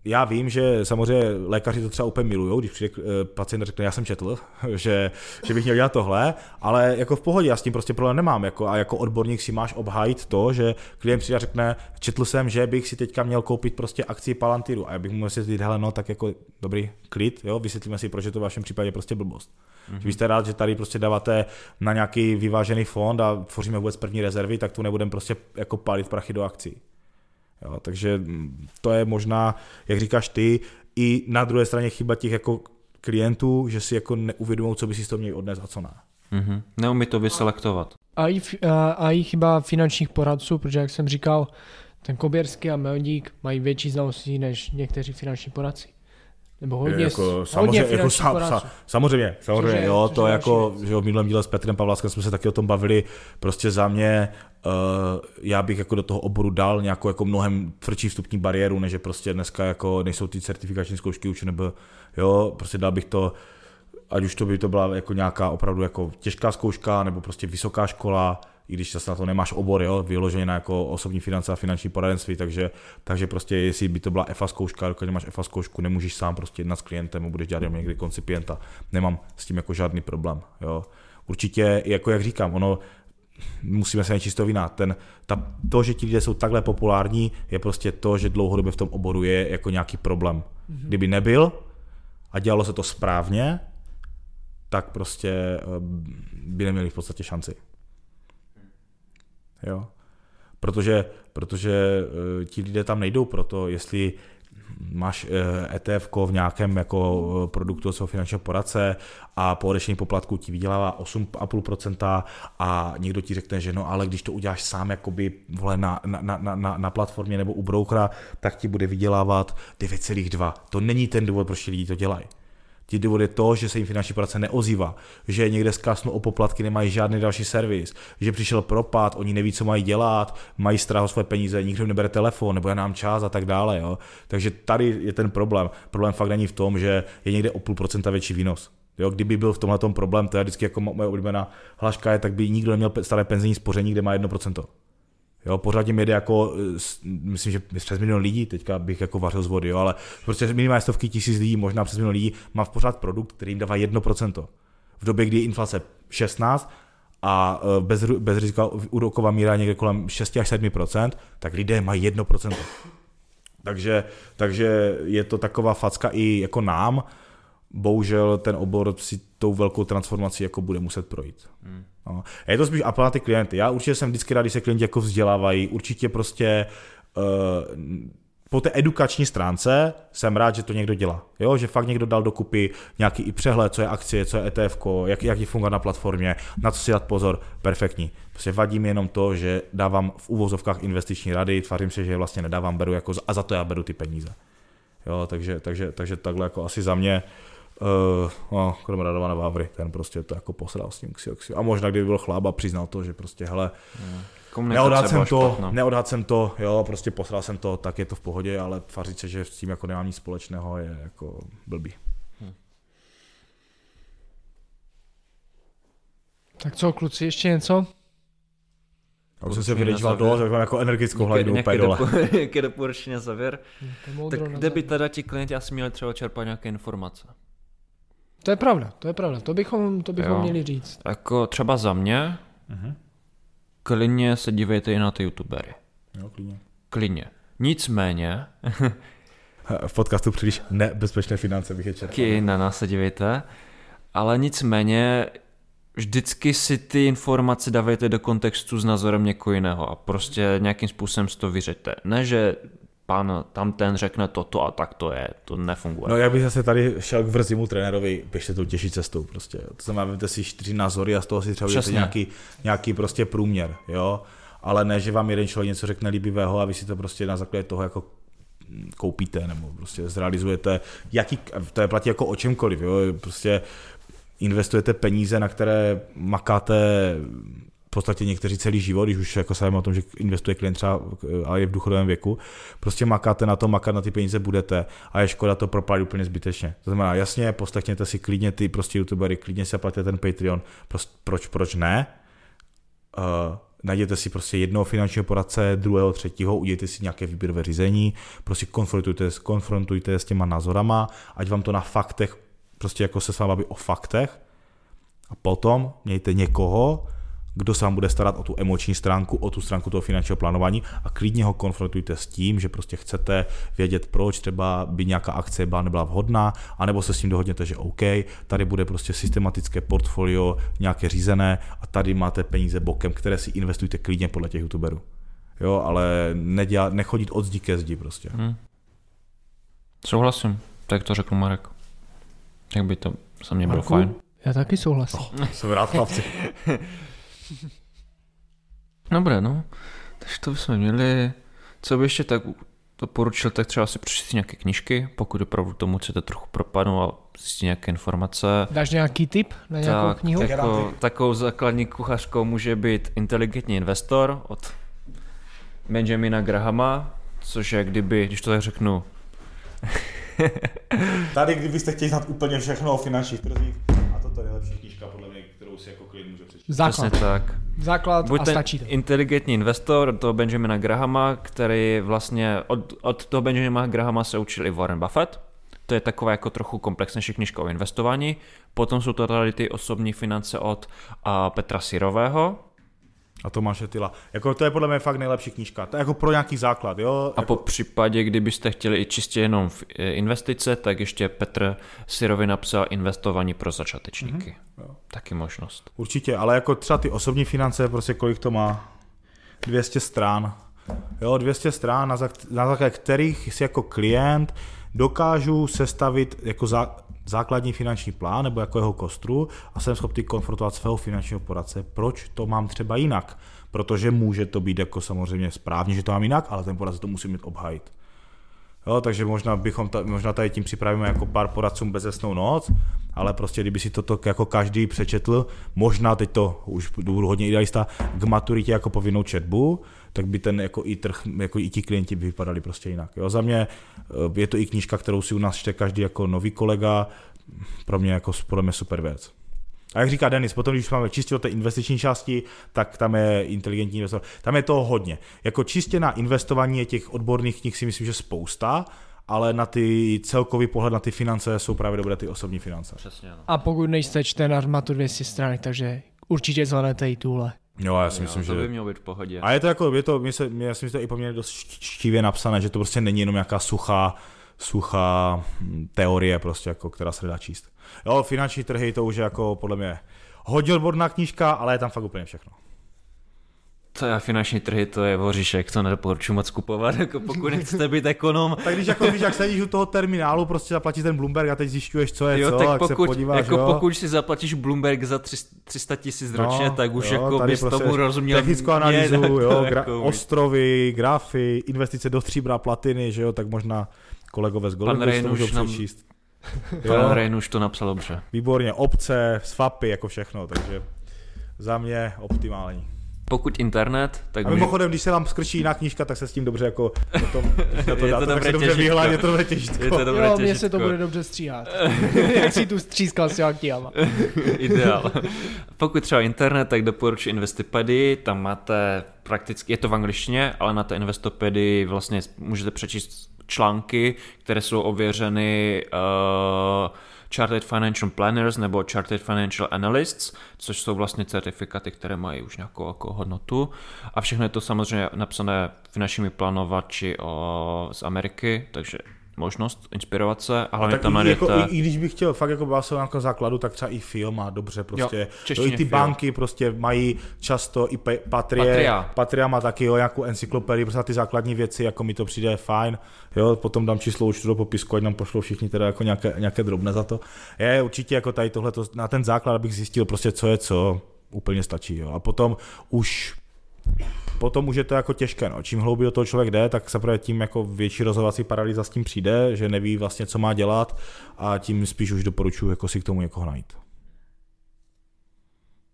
já vím, že samozřejmě lékaři to třeba úplně milujou, když přijde pacient a řekne, já jsem četl, že, že bych měl dělat tohle, ale jako v pohodě, já s tím prostě problém nemám. Jako, a jako odborník si máš obhájit to, že klient přijde a řekne, četl jsem, že bych si teďka měl koupit prostě akci Palantiru a já bych mu musel říct, hele, no tak jako dobrý klid, jo, vysvětlíme si, proč je to v vašem případě prostě blbost. Mm-hmm. Že vy jste rád, že tady prostě dáváte na nějaký vyvážený fond a tvoříme vůbec první rezervy, tak tu nebudeme prostě jako pálit prachy do akcí. Jo, takže to je možná, jak říkáš ty, i na druhé straně chyba těch jako klientů, že si jako neuvědomují, co by si z toho měli odnést a co ne. Mm-hmm. Neumí to vyselektovat. A i, a, a i chyba finančních poradců, protože jak jsem říkal, ten Koběrský a Meldík mají větší znalosti než někteří finanční poradci. Nebo hodně, jako, samozřejmě, hodně jako sa, sa, samozřejmě, samozřejmě, což jo, to jako, že v minulém díle s Petrem Pavláskem jsme se taky o tom bavili, prostě za mě, uh, já bych jako do toho oboru dal nějakou jako mnohem tvrdší vstupní bariéru, než že prostě dneska jako nejsou ty certifikační zkoušky už, nebo jo, prostě dal bych to, ať už to by to byla jako nějaká opravdu jako těžká zkouška, nebo prostě vysoká škola, i když zase na to nemáš obor, jo, vyloženě na jako osobní finance a finanční poradenství, takže, takže prostě jestli by to byla F A zkouška, když máš F A zkoušku, nemůžeš sám prostě jednat s klientem a budeš dělat jenom někdy koncipienta. Nemám s tím jako žádný problém, jo. Určitě, jako jak říkám, ono, musíme se nečistou vina, ten, ta, to, že ti lidé jsou takhle populární, je prostě to, že dlouhodobě v tom oboru je jako nějaký problém. Mm-hmm. Kdyby nebyl a dělalo se to správně, tak prostě by neměli v podstatě šanci. Jo. Protože, protože uh, ti lidé tam nejdou proto, jestli máš uh, E T F ko v nějakém jako produktu svého finančního poradce a po odečtení poplatku ti vydělává osm celá pět procenta a někdo ti řekne, že no ale když to uděláš sám jakoby, vole, na, na, na, na, na platformě nebo u brokera, tak ti bude vydělávat devět celá dva. To není ten důvod, proč lidi to dělají. Ti důvod je to, že se jim finanční poradce neozývá, že někde zkásnou o poplatky, nemají žádný další servis, že přišel propad, oni neví, co mají dělat, mají strach o své peníze, nikdo jim nebere telefon, nebo je nám čas a tak dále. Jo. Takže tady je ten problém. Problém fakt není v tom, že je někde o půl procenta větší výnos. Jo, kdyby byl v tomhletom problém, to je vždycky jako moje oblíbená hlaška je, tak by nikdo neměl staré penzijní spoření, kde má jedno procento. Jo, pořád jim jede jako, myslím, že přes milion lidí, teďka bych jako vařil z vody, jo, ale prostě minimálně stovky tisíc lidí, možná přes milion lidí, má v pořád produkt, který jim dává jedno procento. V době, kdy je inflace šestnáct a bez, bez rizika úroková míra někde kolem šest až sedm procent, tak lidé mají jedno procento. Takže, takže je to taková facka i jako nám, bohužel ten obor si tou velkou transformací jako bude muset projít. Hmm. No. A je to spíš apel na ty klienty. Já určitě jsem vždycky rád, když se klienti jako vzdělávají. Určitě prostě uh, po té edukační stránce jsem rád, že to někdo dělá. Jo? Že fakt někdo dal dokupy nějaký i přehled, co je akcie, co je E T F ko, jak, jak je fungovat na platformě, na co si dát pozor, perfektní. Prostě vadí mi jenom to, že dávám v uvozovkách investiční rady, tvářím se, že je vlastně nedávám, beru jako a za to já beru ty peníze. Jo? Takže, takže, takže takhle jako asi za mě. Uh, no, kromě Radovana Vávry, ten prostě to jako posral s tím ksiu. A možná kdyby byl chlap a přiznal to, že prostě hele, neodhad jsem to, neodhad jsem to, jo, prostě posral jsem to, tak je to v pohodě, ale tvářit se, že s tím jako nemám nic společného, je jako blbý. Hmm. Tak co, kluci, ještě něco? Já už jsem se vydečval dole, tak mám jako energickou hladinu úplně dole. Nějaké doporučení na závěr. Tak kde by teda ti klienti asi měli třeba čerpat nějaké informace? To je pravda, to je pravda, to bychom, to bychom měli říct. Jako třeba za mě, uh-huh. klidně se dívejte i na ty youtubery. Jo, klidně. Klidně. Nicméně... v podcastu příliš nebezpečné finance bych je čerpal. Taky na nás se dívejte, ale nicméně vždycky si ty informace dávejte do kontextu s názorem někoho jiného a prostě nějakým způsobem si to vyřeďte. Ne, že pan tam ten řekne toto a tak to je, to nefunguje. No já bych zase tady šel k vrzimu trenérovi, běžte tou těžší cestou prostě. To znamená, vezměte si čtyři názory a z toho si třeba uděláte nějaký, nějaký prostě průměr, jo. Ale ne, že vám jeden člověk něco řekne líbivého a vy si to prostě na základě toho jako koupíte nebo prostě zrealizujete, jaký, to je platí jako o čemkoliv, jo. Prostě investujete peníze, na které makáte v podstatě někteří celý život, když už jako se o tom, že investuje klient třeba, ale je v důchodovém věku, prostě makáte na to, makat na ty peníze budete a je škoda to proplatit úplně zbytečně. To znamená, jasně, poslechněte si klidně ty prostě youtubery, klidně si zaplatíte ten Patreon, proč, proč ne? Uh, najděte si prostě jednoho finančního poradce, druhého, třetího, udějte si nějaké výběrové řízení, prostě konfrontujte, konfrontujte s těma názorama, ať vám to na faktech, prostě jako se s vámi baví o faktech a potom mějte někoho, kdo se vám bude starat o tu emoční stránku, o tu stránku toho finančního plánování a klidně ho konfrontujte s tím, že prostě chcete vědět, proč třeba by nějaká akce byla nebyla vhodná, anebo se s tím dohodněte, že OK, tady bude prostě systematické portfolio nějaké řízené a tady máte peníze bokem, které si investujte klidně podle těch youtuberů. Jo, ale neděla, nechodit od zdi ke zdi prostě. Hmm. Souhlasím, tak to řekl Marek. Jak by to za mě bylo fajn. Já taky souhlasím. Oh, jsem rád, chlapci. Dobré, no. Takže to bychom měli. Co by ještě tak doporučil, tak třeba si přečíst nějaké knížky, pokud opravdu tomu chcete trochu propadnout a zjistit nějaké informace. Dáš nějaký tip na nějakou tak, knihu? Jako, takovou základní kuchařkou může být Inteligentní investor od Benjamina Grahama, což je kdyby, když to tak řeknu. Tady, kdybyste chtěli znát úplně všechno o finančních trzích, a toto je nejlepší knížka, podle mě, kterou si jako klient může přečíst. Základ. Přesně tak. Základ Buď a stačí to. Inteligentní investor, toho Benjamina Grahama, který vlastně, od, od toho Benjamina Grahama se učil i Warren Buffett. To je taková jako trochu komplexnější knížka o investování. Potom jsou to tady ty osobní finance od a Petra Sirového. A Tomáše Tyla. Jako to je podle mě fakt nejlepší knížka. To je jako pro nějaký základ, jo? A jako... po případě, kdybyste chtěli i čistě jenom v investice, tak ještě Petr Sirovi napsal Investování pro začátečníky. Mm-hmm. Taky možnost. Určitě, ale jako třeba ty osobní finance, prostě kolik to má? dvě stě strán. Jo, dvě stě strán, na, zak- na základě kterých si jako klient dokážu sestavit jako zá- základní finanční plán nebo jako jeho kostru a jsem schopný konfrontovat svého finančního poradce, proč to mám třeba jinak. Protože může to být jako samozřejmě správně, že to mám jinak, ale ten poradce to musí mít obhajit. Jo, takže možná, bychom ta, možná tady tím připravíme jako pár poradcům bezesnou noc, ale prostě kdyby si toto jako každý přečetl, možná teď to už budu hodně idealista, k maturitě jako povinnou četbu, tak by ten jako i trh, jako i ti klienti by vypadali prostě jinak. Jo, za mě je to i knížka, kterou si u nás čte každý jako nový kolega, pro mě jako pro mě super věc. A jak říká Denis, potom, když máme čistě o té investiční části, tak tam je inteligentní investor. Tam je toho hodně. Jako čistě na investování je těch odborných knih si myslím, že spousta, ale na ty celkový pohled na ty finance jsou právě dobré ty osobní finance. Přesně, no. A pokud nejste čtenář, má tu dvě stě stránek, takže určitě zvládnete i tuhle. Jo, já si jo, myslím, to že... by mělo být v pohodě. A je to jako, je to, mě se, mě, já si myslím, že to je i poměrně dost štívěně napsané, že to prostě není jenom nějaká suchá, suchá teorie, prostě jako, která se dá číst. Jo, finanční trhy, to už je jako podle mě hodně odborná knížka, ale je tam fakt úplně všechno. To je finanční trhy, to je voříšek, to nedoporučuji moc kupovat, jako pokud nechcete být ekonom. Tak když jako víš, jak sedíš u toho terminálu, prostě zaplatíš ten Bloomberg a teď zjišťuješ, co je jo, co, tak jak pokud, se podíváš, jako jo. pokud si zaplatíš Bloomberg za tři sta tisíc ročně, no, tak už jo, jako bys prostě tomu rozuměl. Technickou analýzu, mě, jo, gra- jako, ostrovy, grafy, investice do stříbra, platiny, že jo, tak možná kolegové z Goldman to můžou přečíst. Pan Rain už to napsal dobře. Výborně, opce, swapy, jako všechno, takže za mě optimální. Pokud internet, tak... A mimochodem, když se vám skrčí jiná knížka, tak se s tím dobře jako potom, na to je dá, to to, tak se dobře těžitko. vyhlá, je to dobré těžitko. Je to dobré jo, těžitko. mně se to bude dobře stříhat. Jak si tu střískal s těma. Ideál. Pokud třeba internet, tak doporučuji Investopedii, tam máte prakticky, je to v angličtině, ale na té Investopedii vlastně můžete přečíst články, které jsou ověřeny uh, Chartered Financial Planners nebo Chartered Financial Analysts, což jsou vlastně certifikaty, které mají už nějakou jako hodnotu. A všechno je to samozřejmě napsané finančními plánovači o, z Ameriky, takže možnost inspirovat se, a hlavně tam najdete... Jako, i, I když bych chtěl fakt jako básovat nějakou základu, tak třeba i film má dobře prostě. Jo, jo, i ty film. banky prostě mají často i pe, Patrie, Patria. Patria má taky jo, nějakou encyklopedii, prostě ty základní věci, jako mi to přijde fajn. Jo, potom dám číslo účtu do popisku, ať nám pošlou všichni teda jako nějaké, nějaké drobné za to. Je určitě jako tady tohle, na ten základ, abych zjistil prostě co je co, úplně stačí. Jo. A potom už Potom už je to jako těžké, no. Čím hlouběji do toho člověk jde, tak se tím jako větší rozhodovací paralýza s tím přijde, že neví vlastně, co má dělat, a tím spíš už doporučuji jako si k tomu někoho najít.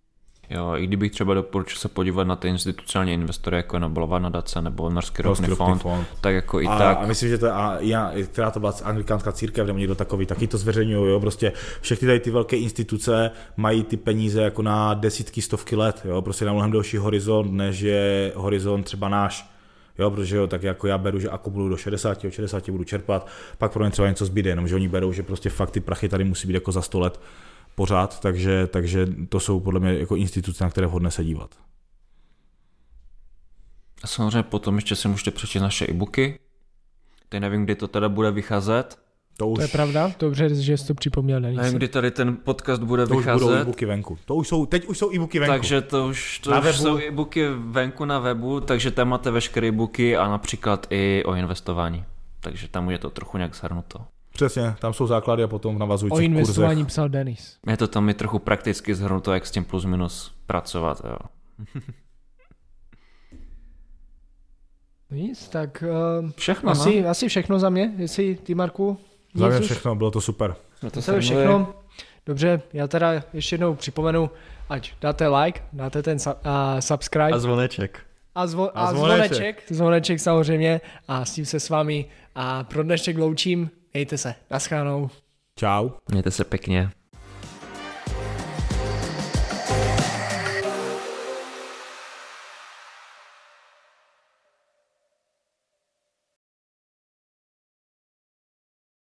Jo, i kdybych třeba doporučil se podívat na ty institucionální investory, jako je Nobelová nadace nebo Norský ropný fond, fond, tak jako i a, tak. A myslím, že to a já, která to byla anglikánská církev nebo někdo takový, taky to zveřejňují, jo, prostě všechny tady ty velké instituce mají ty peníze jako na desítky, stovky let, jo, prostě na mnohem delší horizont, než je horizont třeba náš. Jo, protože jo, tak jako já beru, že akumuluju do šedesáti, od šedesáti budu čerpat, pak pro ně třeba něco zbyde, jenomže oni berou, že prostě fakt ty prachy tady musí být jako za sto let pořád, takže, takže to jsou podle mě jako instituce, na které vhodné se dívat. A samozřejmě potom ještě si můžete přečíst naše e-booky. Teď nevím, kdy to teda bude vycházet. To, už... to je pravda, dobře, že jsi to připomněl. Nevím, kdy tady ten podcast bude to vycházet. To už budou e-booky venku. To už jsou, teď už jsou e-booky venku. Takže to už, to už jsou e-booky venku na webu, takže tam máte veškeré e-booky a například i o investování. Takže tam je to trochu nějak shrnuto. Přesně, tam jsou základy a potom navazující kurzech. O investování kurzech. Psal Denis. Je to tam i trochu prakticky shrnuto, jak s tím plus minus pracovat. Jo. Nic, tak uh, všechno, asi, no? asi všechno za mě, jestli ty, Marku. Za mě všechno, bylo to super. To se všechno. Dobře, já teda ještě jednou připomenu, ať dáte like, dáte ten uh, subscribe. A zvoneček. A, zvo- a, a zvoneček. zvoneček. Zvoneček samozřejmě. A s tím se s vámi a pro dnešek loučím. Mějte se. Naschledanou. Čau. Mějte se pěkně.